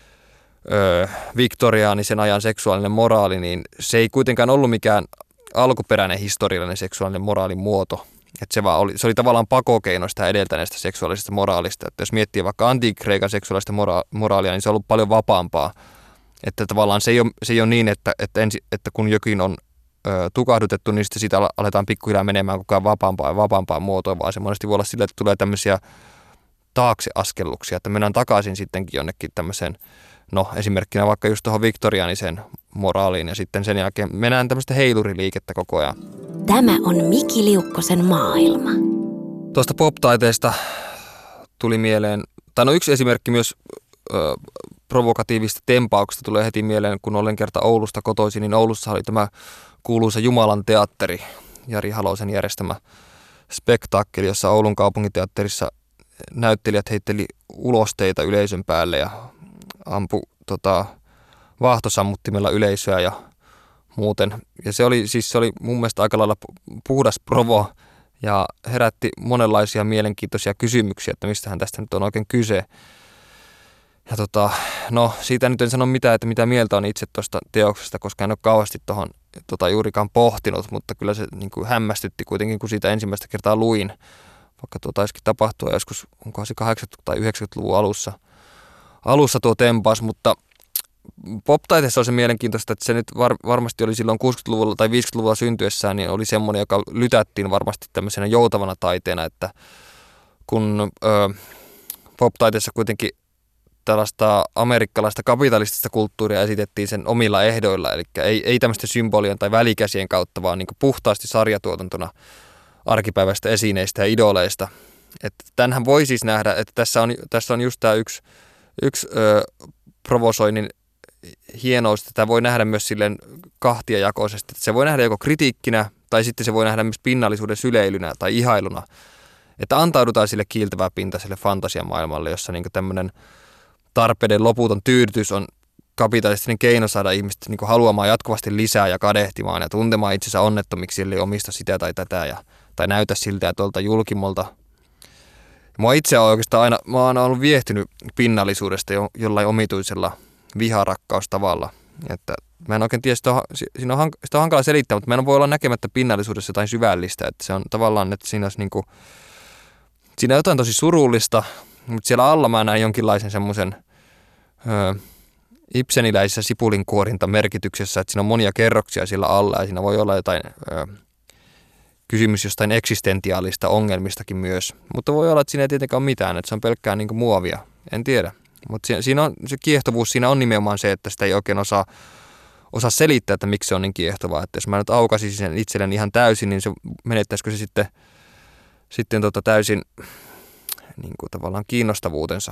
ö, viktoriaanisen ajan seksuaalinen moraali, niin se ei kuitenkaan ollut mikään alkuperäinen historiallinen seksuaalinen moraalin muoto. Että se, vaan oli, se oli tavallaan pakokeino sitä edeltäneestä seksuaalisesta moraalista. Että jos miettii vaikka antiikkreikan seksuaalista mora- moraalia, niin se on ollut paljon vapaampaa. Että tavallaan se ei ole, se ei ole niin, että, että, ensi, että kun jokin on ö, tukahdutettu, niin sitten siitä aletaan pikkuhiljaa menemään koko ajan vapaampaa ja vapaampaa muotoa, vaan se monesti voi olla sillä, että tulee tämmöisiä taakseaskelluksia, että mennään takaisin sittenkin jonnekin tämmöiseen, no esimerkkinä vaikka just tuohon viktoriaaniseen moraaliin ja sitten sen jälkeen mennään tämmöistä heiluriliikettä koko ajan. Tämä on Miki Liukkosen maailma. Tuosta pop-taiteesta tuli mieleen, tai no yksi esimerkki myös ö, provokatiivista tempauksesta tulee heti mieleen, kun olen kerta Oulusta kotoisin, niin Oulussa oli tämä kuuluisa Jumalan teatteri, Jari Halosen järjestämä spektaakkeli, jossa Oulun kaupunginteatterissa näyttelijät heitteli ulosteita yleisön päälle ja ampu tota, vaahtosammuttimella yleisöä ja muuten. Ja se oli, siis se oli mun mielestä aika lailla puhdas provo ja herätti monenlaisia mielenkiintoisia kysymyksiä, että mistähän tästä nyt on oikein kyse. Ja tota, no siitä nyt en sano mitään, että mitä mieltä on itse tuosta teoksesta, koska en ole kauheasti tuohon tota, juurikaan pohtinut, mutta kyllä se niin kuin hämmästytti kuitenkin, kun siitä ensimmäistä kertaa luin, vaikka tuo taisikin tapahtua joskus, onkohan se kahdeksankymmentä- tai yhdeksänkymmentäluvun alussa, alussa tuo tempaus, mutta pop-taiteessa on se mielenkiintoista, että se nyt var, varmasti oli silloin kuusikymmentäluvulla tai viisikymmentäluvulla syntyessään, niin oli semmoinen, joka lytättiin varmasti tämmöisenä joutavana taiteena, että kun ö, pop-taiteessa kuitenkin tällaista amerikkalaista kapitalistista kulttuuria esitettiin sen omilla ehdoilla, eli ei, ei tämmöistä symbolien tai välikäsien kautta, vaan niin kuin puhtaasti sarjatuotantona arkipäiväistä esineistä ja idoleista. Että tämänhän voi siis nähdä, että tässä on, tässä on just tämä yksi, yksi ö, provosoinnin hienous, että tämä voi nähdä myös silleen kahtiajakoisesti, että se voi nähdä joko kritiikkinä tai sitten se voi nähdä myös pinnallisuuden syleilynä tai ihailuna, että antaudutaan sille kiiltävää pintaiselle fantasiamaailmalle, jossa niin tämmöinen tarpeiden loputon tyydytys on kapitalistinen keino saada ihmiset niin haluamaan jatkuvasti lisää ja kadehtimaan ja tuntemaan itsensä onnettomiksi, eli omista sitä tai tätä ja, tai näytä siltä ja tuolta julkimolta. Mua itse on oikeastaan aina, mä oon ollut viehtynyt pinnallisuudesta jo, jollain omituisella viharakkaus tavalla, että mä en oikein tiedä, sitä on, siinä on, hank- sitä on hankala selittää, mutta mä en voi olla näkemättä pinnallisuudessa jotain syvällistä, että se on tavallaan, että siinä olisi niinku, siinä on jotain tosi surullista, mutta siellä alla mä näen jonkinlaisen semmoisen öö, ibseniläisessä sipulinkuorinta merkityksessä, että siinä on monia kerroksia sillä alla ja siinä voi olla jotain öö, kysymys jostain eksistentiaalista ongelmistakin myös, mutta voi olla, että siinä ei tietenkään ole mitään, että se on pelkkää niinku muovia, en tiedä. Mutta siinä, siinä on, se kiehtovuus siinä on nimenomaan se, että sitä ei oikein osaa, osaa selittää, että miksi se on niin kiehtovaa. Että jos mä nyt aukaisin sen itselleni ihan täysin, niin se menettäisikö se sitten, sitten tota täysin niin kuin tavallaan kiinnostavuutensa.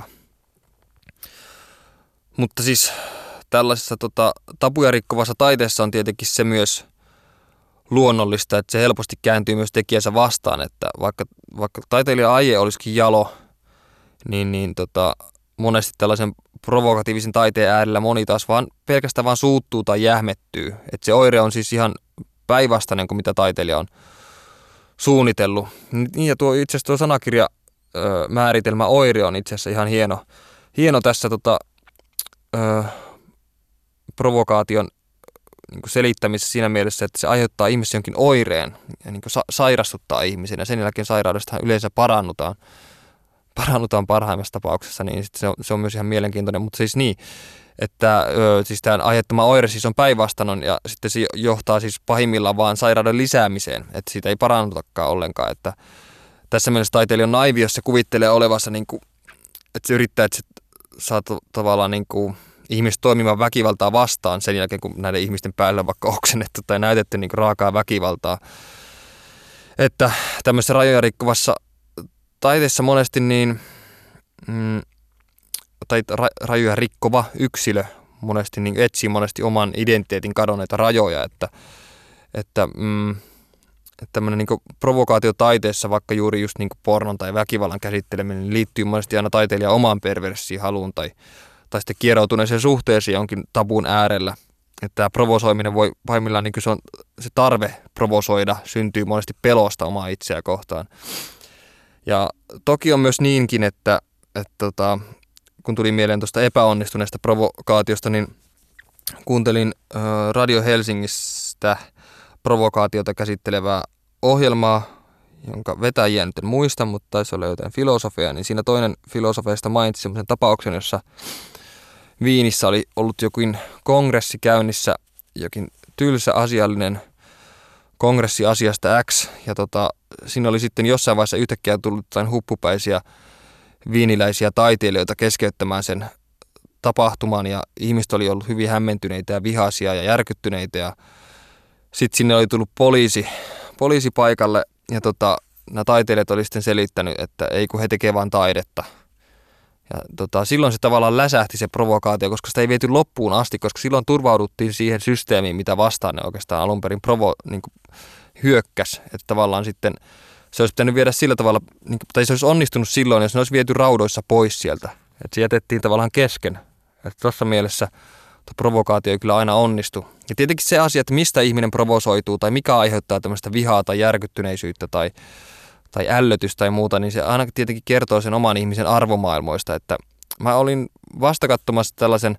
Mutta siis tällaisessa tota, tabuja rikkovassa taiteessa on tietenkin se myös luonnollista, että se helposti kääntyy myös tekijänsä vastaan. Että vaikka, vaikka taiteilija aie olisikin jalo, niin, niin tota, monesti tällaisen provokatiivisen taiteen äärellä moni taas vaan pelkästään vaan suuttuu tai jähmettyy. Että se oire on siis ihan päinvastainen kuin mitä taiteilija on suunnitellut. Niin ja tuo itse asiassa tuo sanakirja ö, määritelmä oire on itse asiassa ihan hieno, hieno tässä tota, ö, provokaation niin kuin selittämisessä siinä mielessä, että se aiheuttaa ihmisessä jonkin oireen ja niin kuin sa- sairastuttaa ihmisen ja sen jälkeen sairaudesta yleensä parannutaan. parannutaan parhaimmassa tapauksessa, niin sit se, on, se on myös ihan mielenkiintoinen, mutta siis niin, että ö, siis tämän aiheuttama oire siis on päinvastainen ja sitten se johtaa siis pahimmillaan vaan sairauden lisäämiseen, että siitä ei parannutakaan ollenkaan, että tässä mielessä taiteilija on naivi, jos se kuvittelee olevansa niin kuin, että se yrittää, että se saa to, tavallaan niin kuin ihmiset toimimaan väkivaltaa vastaan sen jälkeen, kun näiden ihmisten päällä on vaikka oksennettu tai näytetty niin kuin raakaa väkivaltaa, että tämmöisessä rajoja rikkovassa taiteessa monesti niin, mm, tai ra, rajoja rikkova yksilö monesti niin etsii monesti oman identiteetin kadonneita rajoja, että, että, mm, että tämmöinen niin provokaatio taiteessa, vaikka juuri just niin pornon tai väkivallan käsitteleminen, niin liittyy monesti aina taiteilijan omaan perversiin haluun tai, tai sitten kieroutuneeseen suhteeseen jonkin tabun äärellä. Että tämä provosoiminen voi pahimmillaan, niin se, on, se tarve provosoida syntyy monesti pelosta omaa itseä kohtaan. Ja toki on myös niinkin, että, että tota, kun tuli mieleen tuosta epäonnistuneesta provokaatiosta, niin kuuntelin ö, Radio Helsingistä provokaatiota käsittelevää ohjelmaa, jonka vetäjiä nyt en muista, mutta taisi olla jotain filosofia, niin siinä toinen filosofeista mainitsi semmoisen tapauksen, jossa Viinissä oli ollut jokin kongressi käynnissä, jokin tylsä asiallinen kongressi asiasta X, ja tota, siinä oli sitten jossain vaiheessa yhtäkkiä tullut jotain huppupäisiä viiniläisiä taiteilijoita keskeyttämään sen tapahtuman, ja ihmiset oli ollut hyvin hämmentyneitä ja vihaisia ja järkyttyneitä, ja sitten sinne oli tullut poliisi, poliisi paikalle, ja tota, nämä taiteilijat oli sitten selittänyt, että ei kun he tekee vaan taidetta. Ja tota, silloin se tavallaan läsähti se provokaatio, koska sitä ei viety loppuun asti, koska silloin turvauduttiin siihen systeemiin, mitä vastaan ne oikeastaan alun perin provo, niin kuin hyökkäs. Että tavallaan sitten se olisi pitänyt viedä sillä tavalla, niin kuin, tai se olisi onnistunut silloin, jos ne olisi viety raudoissa pois sieltä. Että se jätettiin tavallaan kesken. Että tuossa mielessä provokaatio ei kyllä aina onnistu. Ja tietenkin se asia, että mistä ihminen provosoituu tai mikä aiheuttaa tämmöistä vihaa tai järkyttyneisyyttä tai tai ällötys tai muuta, niin se aina tietenkin kertoo sen oman ihmisen arvomaailmoista, että mä olin vasta katsomassa tällaisen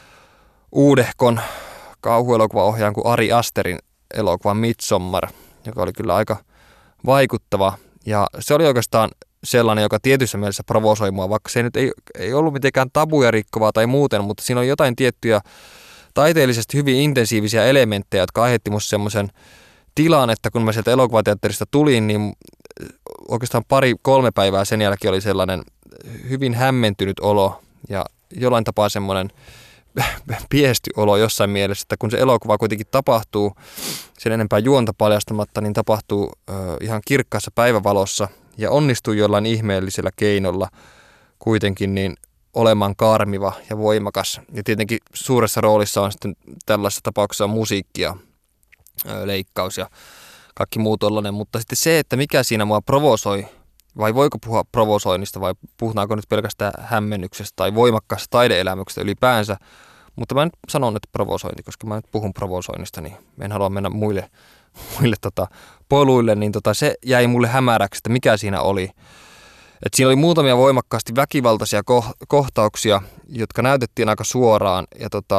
uudehkon kauhuelokuvaohjaajan kuin Ari Asterin elokuvan Midsommar, joka oli kyllä aika vaikuttava, ja se oli oikeastaan sellainen, joka tietyssä mielessä provosoi mua, vaikka se nyt ei, ei ollut mitenkään tabuja rikkovaa tai muuten, mutta siinä on jotain tiettyjä taiteellisesti hyvin intensiivisiä elementtejä, jotka aiheutti musta semmoisen tilan, että kun mä sieltä elokuvateatterista tulin, niin oikeastaan pari, kolme päivää sen jälkeen oli sellainen hyvin hämmentynyt olo ja jollain tapaa semmoinen piesty olo jossain mielessä, että kun se elokuva kuitenkin tapahtuu sen enempää juonta paljastamatta, niin tapahtuu ö, ihan kirkkaassa päivävalossa ja onnistuu jollain ihmeellisellä keinolla kuitenkin niin olemaan karmiva ja voimakas. Ja tietenkin suuressa roolissa on sitten tällaisessa tapauksessa musiikki ja ö, leikkaus ja kaikki muu tollainen, mutta sitten se, että mikä siinä mua provosoi, vai voiko puhua provosoinnista, vai puhutaanko nyt pelkästään hämmennyksestä tai voimakkaasta taideelämyksestä ylipäänsä, mutta mä nyt sanon nyt provosointi, koska mä nyt puhun provosoinnista, niin en halua mennä muille, muille tota, poluille, niin tota, se jäi mulle hämäräksi, että mikä siinä oli. Et siinä oli muutamia voimakkaasti väkivaltaisia ko- kohtauksia, jotka näytettiin aika suoraan, ja tota,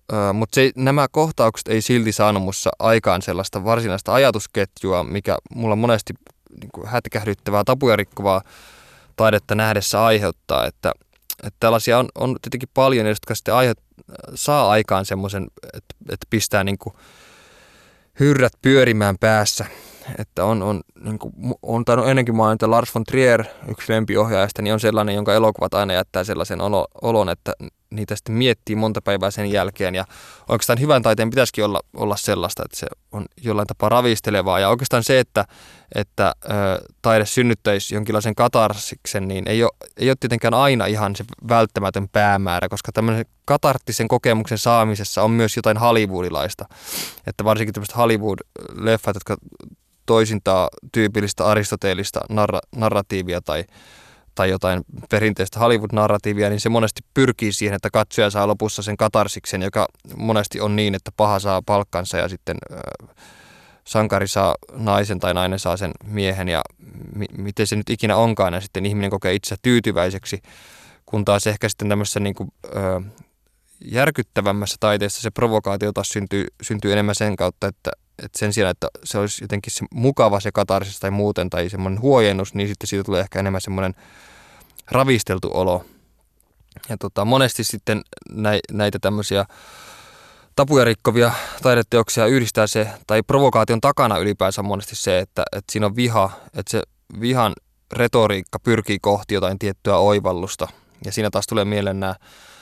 mutta nämä kohtaukset ei silti saanut mussa aikaan sellaista varsinaista ajatusketjua, mikä mulla monesti niin kuin hätkähdyttävää, tabuja rikkovaa taidetta nähdessä aiheuttaa, että, että tällaisia on, on tietenkin paljon, jotka sitten aihe, saa aikaan semmoisen, että, että pistää niin kuin hyrrät pyörimään päässä. Että on, on, niin kuin, on tainnut ennenkin mainita Lars von Trier, yksi lempiohjaajasta, niin on sellainen, jonka elokuvat aina jättää sellaisen olo, olon, että niitä sitten miettii monta päivää sen jälkeen. Ja oikeastaan hyvän taiteen pitäisikin olla, olla sellaista, että se on jollain tapaa ravistelevaa. Ja oikeastaan se, että, että ö, taide synnyttäisi jonkinlaisen katarsiksen, niin ei ole, ei ole tietenkään aina ihan se välttämätön päämäärä, koska tämmöisen katarttisen kokemuksen saamisessa on myös jotain hollywoodilaista. Että varsinkin tämmöiset Hollywood-leffat, jotka toisintaa tyypillistä aristoteellista narra- narratiivia tai, tai jotain perinteistä Hollywood-narratiivia, niin se monesti pyrkii siihen, että katsoja saa lopussa sen katarsiksen, joka monesti on niin, että paha saa palkkansa ja sitten äh, sankari saa naisen tai nainen saa sen miehen ja mi- miten se nyt ikinä onkaan ja sitten ihminen kokee itsensä tyytyväiseksi, kun taas ehkä sitten tämmöisessä niin kuin, äh, järkyttävämmässä taiteessa se provokaatio taas syntyy, syntyy enemmän sen kautta, että että sen sijaan, että se olisi jotenkin se mukava se katarsis tai muuten tai semmoinen huojennus, niin sitten siitä tulee ehkä enemmän semmoinen ravisteltu olo. Ja tota, monesti sitten näitä tämmöisiä tabuja rikkovia taideteoksia yhdistää se, tai provokaation takana ylipäänsä monesti se, että, että siinä on viha, että se vihan retoriikka pyrkii kohti jotain tiettyä oivallusta. Ja siinä taas tulee mieleen nämä,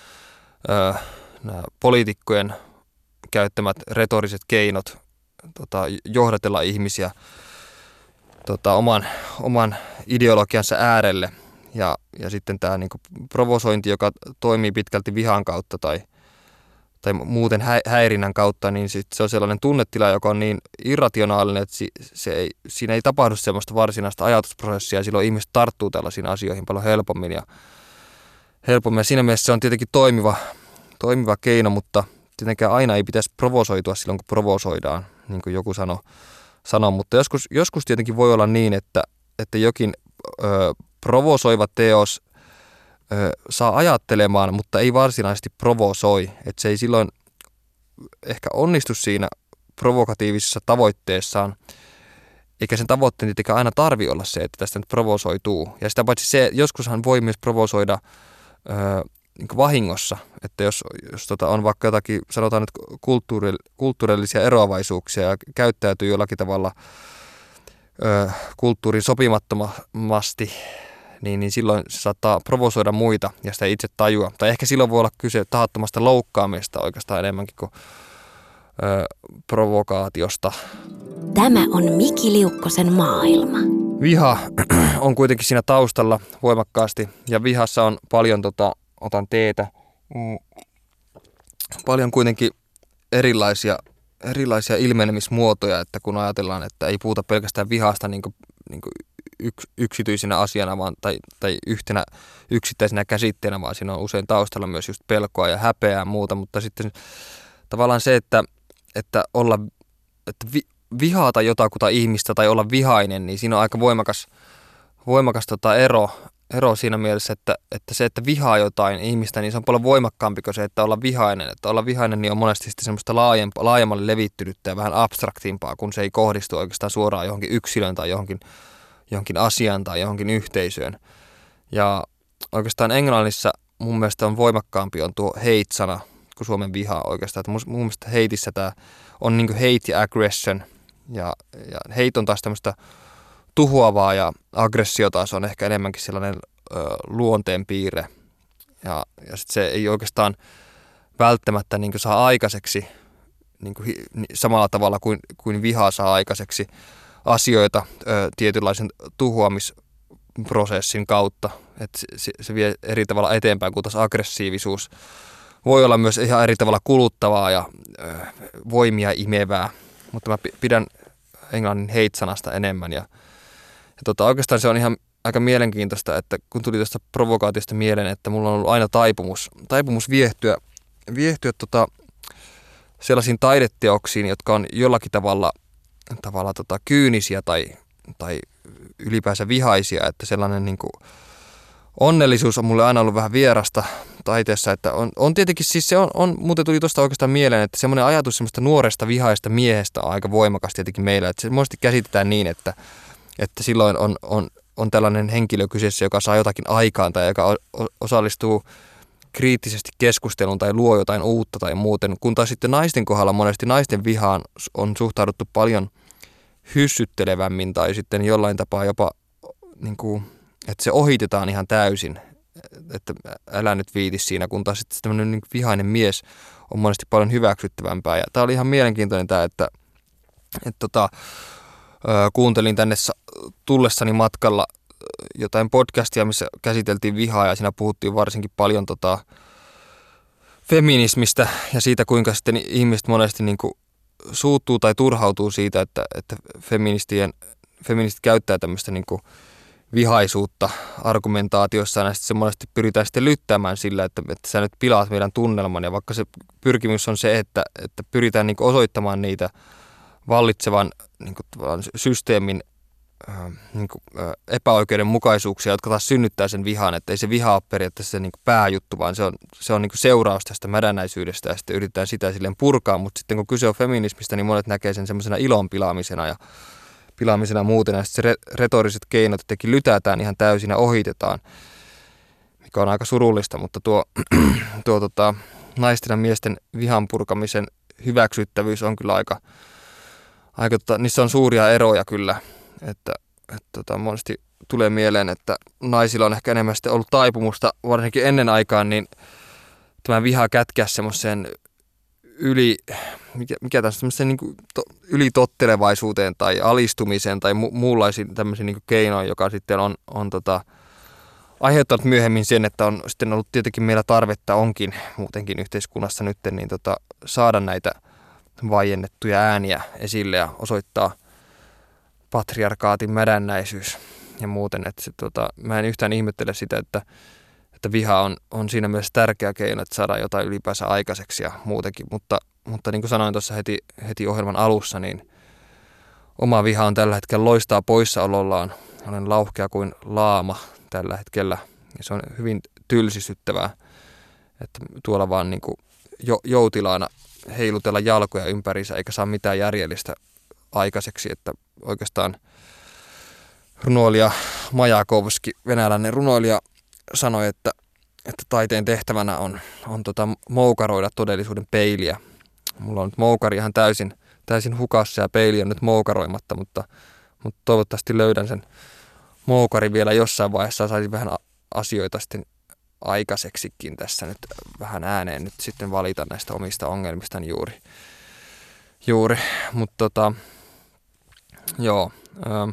ö, nämä poliitikkojen käyttämät retoriset keinot, Tota, johdatella ihmisiä tota, oman, oman ideologiansa äärelle ja, ja sitten tämä niinku provosointi, joka toimii pitkälti vihan kautta tai, tai muuten hä, häirinnän kautta, niin sit se on sellainen tunnetila, joka on niin irrationaalinen, että si, se ei, siinä ei tapahdu semmoista varsinaista ajatusprosessia ja silloin ihmiset tarttuu tällaisiin asioihin paljon helpommin ja helpommin. Ja siinä mielessä se on tietenkin toimiva, toimiva keino, mutta tietenkään aina ei pitäisi provosoitua silloin, kun provosoidaan, niin kuin joku sanoi, sano. Mutta joskus, joskus tietenkin voi olla niin, että, että jokin ö, provosoiva teos ö, saa ajattelemaan, mutta ei varsinaisesti provosoi. Että se ei silloin ehkä onnistu siinä provokatiivisessa tavoitteessaan, eikä sen tavoitteen tietenkään aina tarvitse olla se, että tästä nyt provosoituu. Ja sitä paitsi se, joskushan voi myös provosoida ö, niin kuin vahingossa, että jos, jos tota on vaikka jotakin, sanotaan nyt kulttuuri, kulttuurillisia eroavaisuuksia ja käyttäytyy jollakin tavalla ö, kulttuurin sopimattomasti, niin, niin silloin se saattaa provosoida muita ja sitä itse tajua. Tai ehkä silloin voi olla kyse tahattomasta loukkaamista oikeastaan enemmänkin kuin ö, provokaatiosta. Tämä on Miki Liukkosen maailma. Viha on kuitenkin siinä taustalla voimakkaasti ja vihassa on paljon tota, otan teetä. Mm. Paljon kuitenkin erilaisia, erilaisia ilmenemismuotoja, että kun ajatellaan, että ei puhuta pelkästään vihasta niin kuin, niin kuin yks, yksityisenä asiana vaan, tai, tai yhtenä yksittäisenä käsitteenä, vaan siinä on usein taustalla myös just pelkoa ja häpeää ja muuta, mutta sitten tavallaan se, että, että, olla, että vi, vihata jotakuta ihmistä tai olla vihainen, niin siinä on aika voimakas, voimakas tota ero, ero siinä mielessä, että, että se, että vihaa jotain ihmistä, niin se on paljon voimakkaampi kuin se, että olla vihainen. Että olla vihainen niin on monesti sitten semmoista laajempaa, laajemmalle levittynyttä ja vähän abstraktimpaa, kun se ei kohdistu oikeastaan suoraan johonkin yksilön tai johonkin, johonkin asiaan tai johonkin yhteisöön. Ja oikeastaan englannissa mun mielestä on voimakkaampi on tuo hate-sana kuin suomen viha oikeastaan. Että mun, mun mielestä hateissa tämä on niin kuin hate ja aggression. Ja, ja hate on taas tämmöistä tuhoavaa ja aggressio taas on ehkä enemmänkin sellainen ö, luonteenpiirre. Ja, ja sit se ei oikeastaan välttämättä niin kuin saa aikaiseksi niin kuin, samalla tavalla kuin, kuin viha saa aikaiseksi asioita ö, tietynlaisen tuhoamisprosessin kautta. Et se, se vie eri tavalla eteenpäin, kun taas aggressiivisuus voi olla myös ihan eri tavalla kuluttavaa ja ö, voimia imevää. Mutta mä pidän englannin hate-sanasta enemmän. Ja, ja tota, oikeastaan se on ihan aika mielenkiintoista, että kun tuli tästä provokaatiosta mieleen, että mulla on ollut aina taipumus, taipumus viehtyä, viehtyä tota, sellaisiin taideteoksiin, jotka on jollakin tavalla, tavalla tota, kyynisiä tai, tai ylipäänsä vihaisia, että sellainen niin kuin onnellisuus on mulle aina ollut vähän vierasta taiteessa, että on, on tietenkin siis se on, on muuten tuli tuosta oikeastaan mieleen, että semmoinen ajatus semmoista nuoresta vihaista miehestä on aika voimakas tietenkin meillä, että se monesti käsitetään niin, että, että silloin on, on, on tällainen henkilö kyseessä, joka saa jotakin aikaan tai joka osallistuu kriittisesti keskusteluun tai luo jotain uutta tai muuten, kun taas sitten naisten kohdalla monesti naisten vihaan on suhtauduttu paljon hyssyttelevämmin tai sitten jollain tapaa jopa niin kuin, että se ohitetaan ihan täysin, että älä nyt viiti siinä, kun taas sitten tämmöinen niin vihainen mies on monesti paljon hyväksyttävämpää. Ja tämä oli ihan mielenkiintoinen tämä, että, että tota, kuuntelin tänne tullessani matkalla jotain podcastia, missä käsiteltiin vihaa ja siinä puhuttiin varsinkin paljon tota, feminismistä ja siitä, kuinka sitten ihmiset monesti niin kuin suuttuu tai turhautuu siitä, että, että feministien, feministit käyttää tämmöistä niin kuin vihaisuutta argumentaatiossaan ja sitten se monesti pyritään sitten lyttäämään sillä, että, että sä nyt pilaat meidän tunnelman ja vaikka se pyrkimys on se, että, että pyritään niin kuin osoittamaan niitä vallitsevan niin kuin systeemin äh, niin kuin, äh, epäoikeudenmukaisuuksia, jotka taas synnyttää sen vihan, että ei se viha ole periaatteessa se niin kuin pääjuttu, vaan se on, se on niin kuin seuraus tästä mädännäisyydestä ja sitten yritetään sitä silleen purkaa, mutta sitten kun kyse on feminismistä, niin monet näkee sen semmoisena ilon pilaamisena ja pilaamisena muuten, ja sitten se retoriset keinot jotenkin lytätään ihan täysin ja ohitetaan, mikä on aika surullista, mutta tuo, tuo tota, naisten ja miesten vihan purkamisen hyväksyttävyys on kyllä aika, aika tota, niissä on suuria eroja kyllä, että, että tota, monesti tulee mieleen, että naisilla on ehkä enemmän sitten ollut taipumusta, varsinkin ennen aikaan, niin tämä viha kätkeä semmoiseen yli, mikä, mikä tässä niin kuin to, ylitottelevaisuuteen tai alistumiseen tai mu, muunlaisiin tämmöisiin niin kuin keinoin, joka sitten on, on tota, aiheuttanut myöhemmin sen, että on sitten ollut tietenkin meillä tarvetta onkin muutenkin yhteiskunnassa nyt niin tota, saada näitä vaiennettuja ääniä esille ja osoittaa patriarkaatin mädännäisyys ja muuten. Että se, tota, mä en yhtään ihmettele sitä, että että viha on, on siinä mielessä tärkeä keino, että saadaan jotain ylipäänsä aikaiseksi ja muutenkin, mutta, mutta niin kuin sanoin tuossa heti, heti ohjelman alussa, niin oma viha on tällä hetkellä loistaa poissaolollaan. Olen lauhkea kuin laama tällä hetkellä ja se on hyvin tylsistyttävää, että tuolla vaan niin kuin jo, joutilaana heilutella jalkoja ympäriinsä eikä saa mitään järjellistä aikaiseksi, että oikeastaan runoilija Majakovski, venäläinen runoilija, sanoi, että, että taiteen tehtävänä on, on tota moukaroida todellisuuden peiliä. Mulla on nyt moukari ihan täysin, täysin hukassa ja peili on nyt moukaroimatta, mutta, mutta toivottavasti löydän sen moukari vielä jossain vaiheessa ja saisin vähän asioita sitten aikaiseksikin tässä nyt vähän ääneen nyt sitten valita näistä omista ongelmistani juuri. juuri. Mutta tota, joo. Ähm,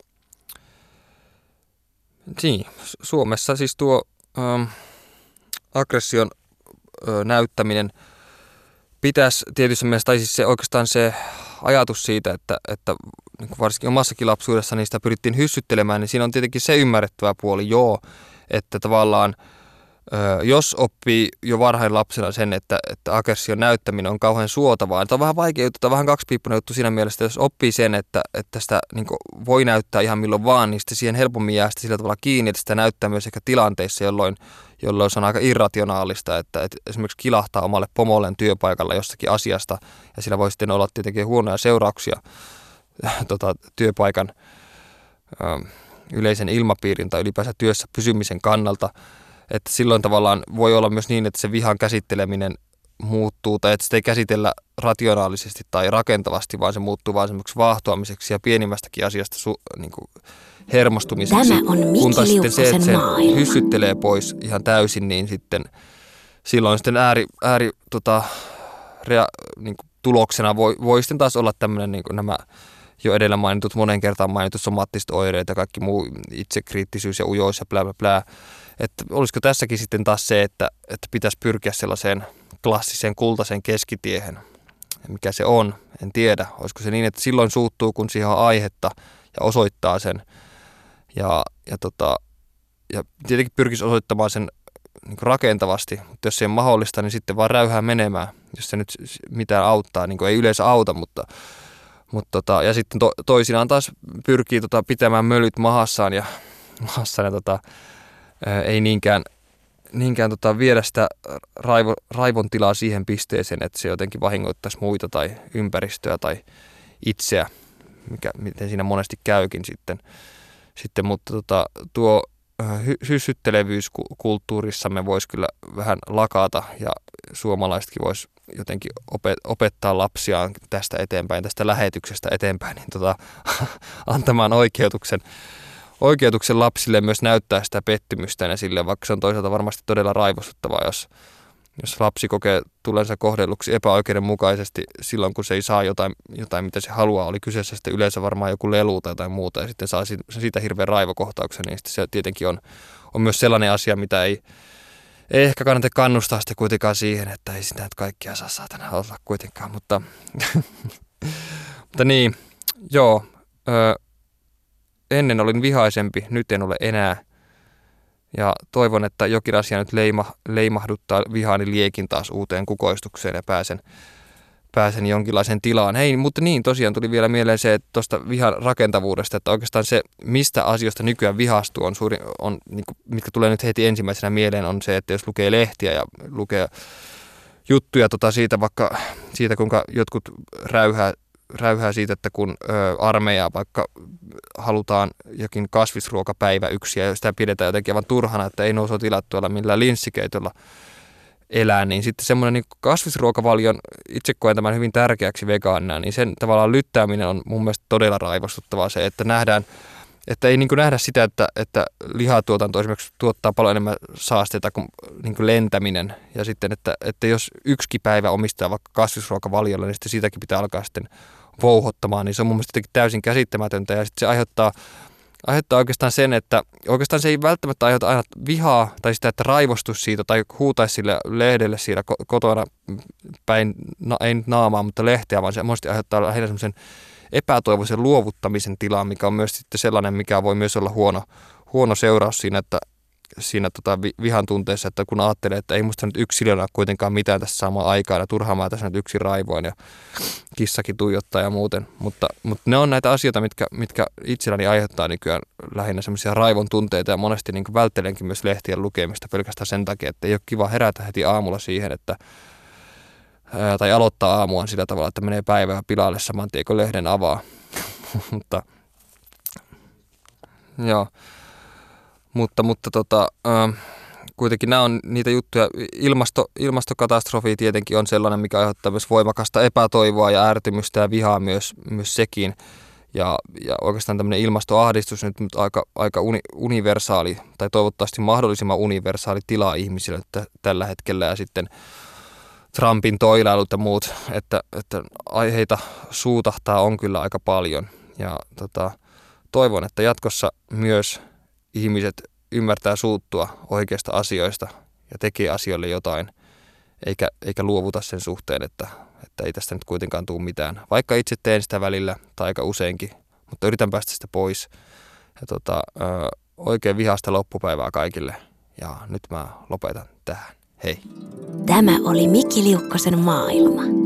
Niin, Suomessa siis tuo ähm, aggression äh, näyttäminen pitäisi tietysti mielessä, tai siis se oikeastaan se ajatus siitä, että, että niin varsinkin omassakin lapsuudessa niistä pyrittiin hyssyttelemään, niin siinä on tietenkin se ymmärrettävä puoli, joo, että tavallaan äh, jos oppii jo varhain lapsena sen, että, että aggression näyttäminen on kauhean suotavaa, tämä on vähän vaikea juttu, tämä on vähän kaksipiippunen juttu siinä mielessä, että jos oppii sen, että, että sitä niin voi näyttää ihan milloin vaan, niin sitten siihen helpommin jää sitä sillä tavalla kiinni, että sitä näyttää myös ehkä tilanteissa, jolloin, jolloin se on aika irrationaalista, että, että esimerkiksi kilahtaa omalle pomolleen työpaikalla jostakin asiasta, ja sillä voi sitten olla tietenkin huonoja seurauksia tota, työpaikan ö, yleisen ilmapiirin tai ylipäänsä työssä pysymisen kannalta. Että silloin tavallaan voi olla myös niin, että se vihan käsitteleminen muuttuu, tai että sitä ei käsitellä rationaalisesti tai rakentavasti, vaan se muuttuu vaan semmoiksi vaahtoamiseksi ja pienimmästäkin asiasta su, niin kuin hermostumiseksi. Tämä on Mikki sitten se, että se maailma. hyssyttelee pois ihan täysin, niin sitten silloin sitten ääri, ääri tota, rea, niin kuin tuloksena voi, voi sitten taas olla tämmöinen niin kuin nämä jo edellä mainitut, monen kertaan mainitut somaattiset oireet ja kaikki muu itsekriittisyys ja ujous ja blää blää blää. Että olisiko tässäkin sitten taas se, että, että pitäisi pyrkiä sellaiseen klassiseen kultaiseen keskitiehen. Mikä se on, en tiedä. Olisiko se niin, että silloin suuttuu, kun siihen on aihetta ja osoittaa sen. Ja, ja, tota, ja tietenkin pyrkisi osoittamaan sen niin kuin rakentavasti, mutta jos se on mahdollista, niin sitten vaan räyhää menemään. Jos se nyt mitään auttaa, niin kuin ei yleensä auta, mutta Mutta tota, ja sitten to, toisinaan taas pyrkii tota pitämään mölyt mahassaan ja, mahassaan ja tota, ää, ei niinkään, niinkään tota, viedä sitä raivo, raivon tilaa siihen pisteeseen, että se jotenkin vahingoittaisi muita tai ympäristöä tai itseä, mikä, miten siinä monesti käykin sitten. sitten mutta tota, tuo hy, hyssyttelevyys kulttuurissamme voisi kyllä vähän lakata ja suomalaisetkin voisi jotenkin opettaa lapsiaan tästä eteenpäin, tästä lähetyksestä eteenpäin, niin tota, antamaan oikeutuksen, oikeutuksen lapsille myös näyttää sitä pettymystä ja sille, vaikka se on toisaalta varmasti todella raivostuttavaa, jos, jos lapsi kokee tulensa kohdelluksi epäoikeudenmukaisesti silloin, kun se ei saa jotain, jotain, mitä se haluaa. Oli kyseessä sitten yleensä varmaan joku lelu tai jotain muuta ja sitten saa siitä hirveän raivokohtauksen, niin se tietenkin on, on myös sellainen asia, mitä ei Ei ehkä kannata kannustaa sitä kuitenkaan siihen, että ei sitä nyt kaikkia saa saatana olla kuitenkaan, mutta, mutta niin, joo, ö, ennen olin vihaisempi, nyt en ole enää ja toivon, että jokin asia nyt leima, leimahduttaa vihaani liekin taas uuteen kukoistukseen ja pääsen, pääsen jonkinlaiseen tilaan. Hei, mutta niin, tosiaan tuli vielä mieleen se, että tuosta vihan rakentavuudesta, että oikeastaan se, mistä asioista nykyään vihastuu, on suuri, on, niin kuin, mitkä tulee nyt heti ensimmäisenä mieleen, on se, että jos lukee lehtiä ja lukee juttuja tota siitä, vaikka siitä, kuinka jotkut räyhää, räyhää siitä, että kun ö, armeijaa vaikka halutaan jokin kasvisruokapäivä yksi ja sitä pidetään jotenkin aivan turhana, että ei nouse tilattuilla millään linssikeitolla elää, niin sitten semmoinen niin kasvisruokavalion, itse koen tämän hyvin tärkeäksi vegaanina, niin sen tavallaan lyttääminen on mun mielestä todella raivostuttavaa se, että nähdään, että ei niin kuin nähdä sitä, että, että lihatuotanto esimerkiksi tuottaa paljon enemmän saasteita kuin, niin kuin lentäminen ja sitten, että, että jos yksi päivä omistaa vaikka kasvisruokavaliolla, niin sitten siitäkin pitää alkaa sitten vouhottamaan, niin se on mun mielestä täysin käsittämätöntä ja sitten se aiheuttaa aiheuttaa oikeastaan sen, että oikeastaan se ei välttämättä aiheuta aina vihaa tai sitä, että raivostus siitä tai huutaisi sille lehdelle siinä kotona päin, na, ei nyt naamaa, mutta lehteä, vaan se monesti aiheuttaa lähinnä semmoisen epätoivoisen luovuttamisen tilaan, mikä on myös sitten sellainen, mikä voi myös olla huono, huono seuraus siinä, että siinä tota vihan tunteessa, että kun ajattelee, että ei musta nyt yksilönä kuitenkaan mitään tässä samaan aikaan ja turhaan mä tässä nyt yksin raivoin ja kissakin tuijottaa ja muuten, mutta, mutta ne on näitä asioita, mitkä, mitkä itselläni aiheuttaa nykyään lähinnä semmoisia raivon tunteita ja monesti niin kuin välttelenkin myös lehtien lukemista pelkästään sen takia, että ei ole kiva herätä heti aamulla siihen, että ää, tai aloittaa aamuaan sillä tavalla, että menee päivää pilalle saman tien, kun lehden avaa, mutta joo. Mutta, mutta tota, äh, kuitenkin nämä on niitä juttuja. Ilmasto, ilmastokatastrofi tietenkin on sellainen, mikä aiheuttaa myös voimakasta epätoivoa ja ärtymystä ja vihaa myös, myös sekin. Ja, ja oikeastaan tämmöinen ilmastoahdistus nyt aika, aika uni, universaali tai toivottavasti mahdollisimman universaali tila ihmisille t- tällä hetkellä. Ja sitten Trumpin toilailut ja muut, että, että aiheita suutahtaa on kyllä aika paljon. Ja tota, toivon, että jatkossa myös ihmiset ymmärtää suuttua oikeista asioista ja tekee asioille jotain, eikä, eikä luovuta sen suhteen, että, että ei tästä nyt kuitenkaan tule mitään. Vaikka itse teen sitä välillä tai aika useinkin, mutta yritän päästä sitä pois. Ja tota, ö, oikein vihasta loppupäivää kaikille ja nyt mä lopetan tähän. Hei! Tämä oli Mikki Liukkosen maailma.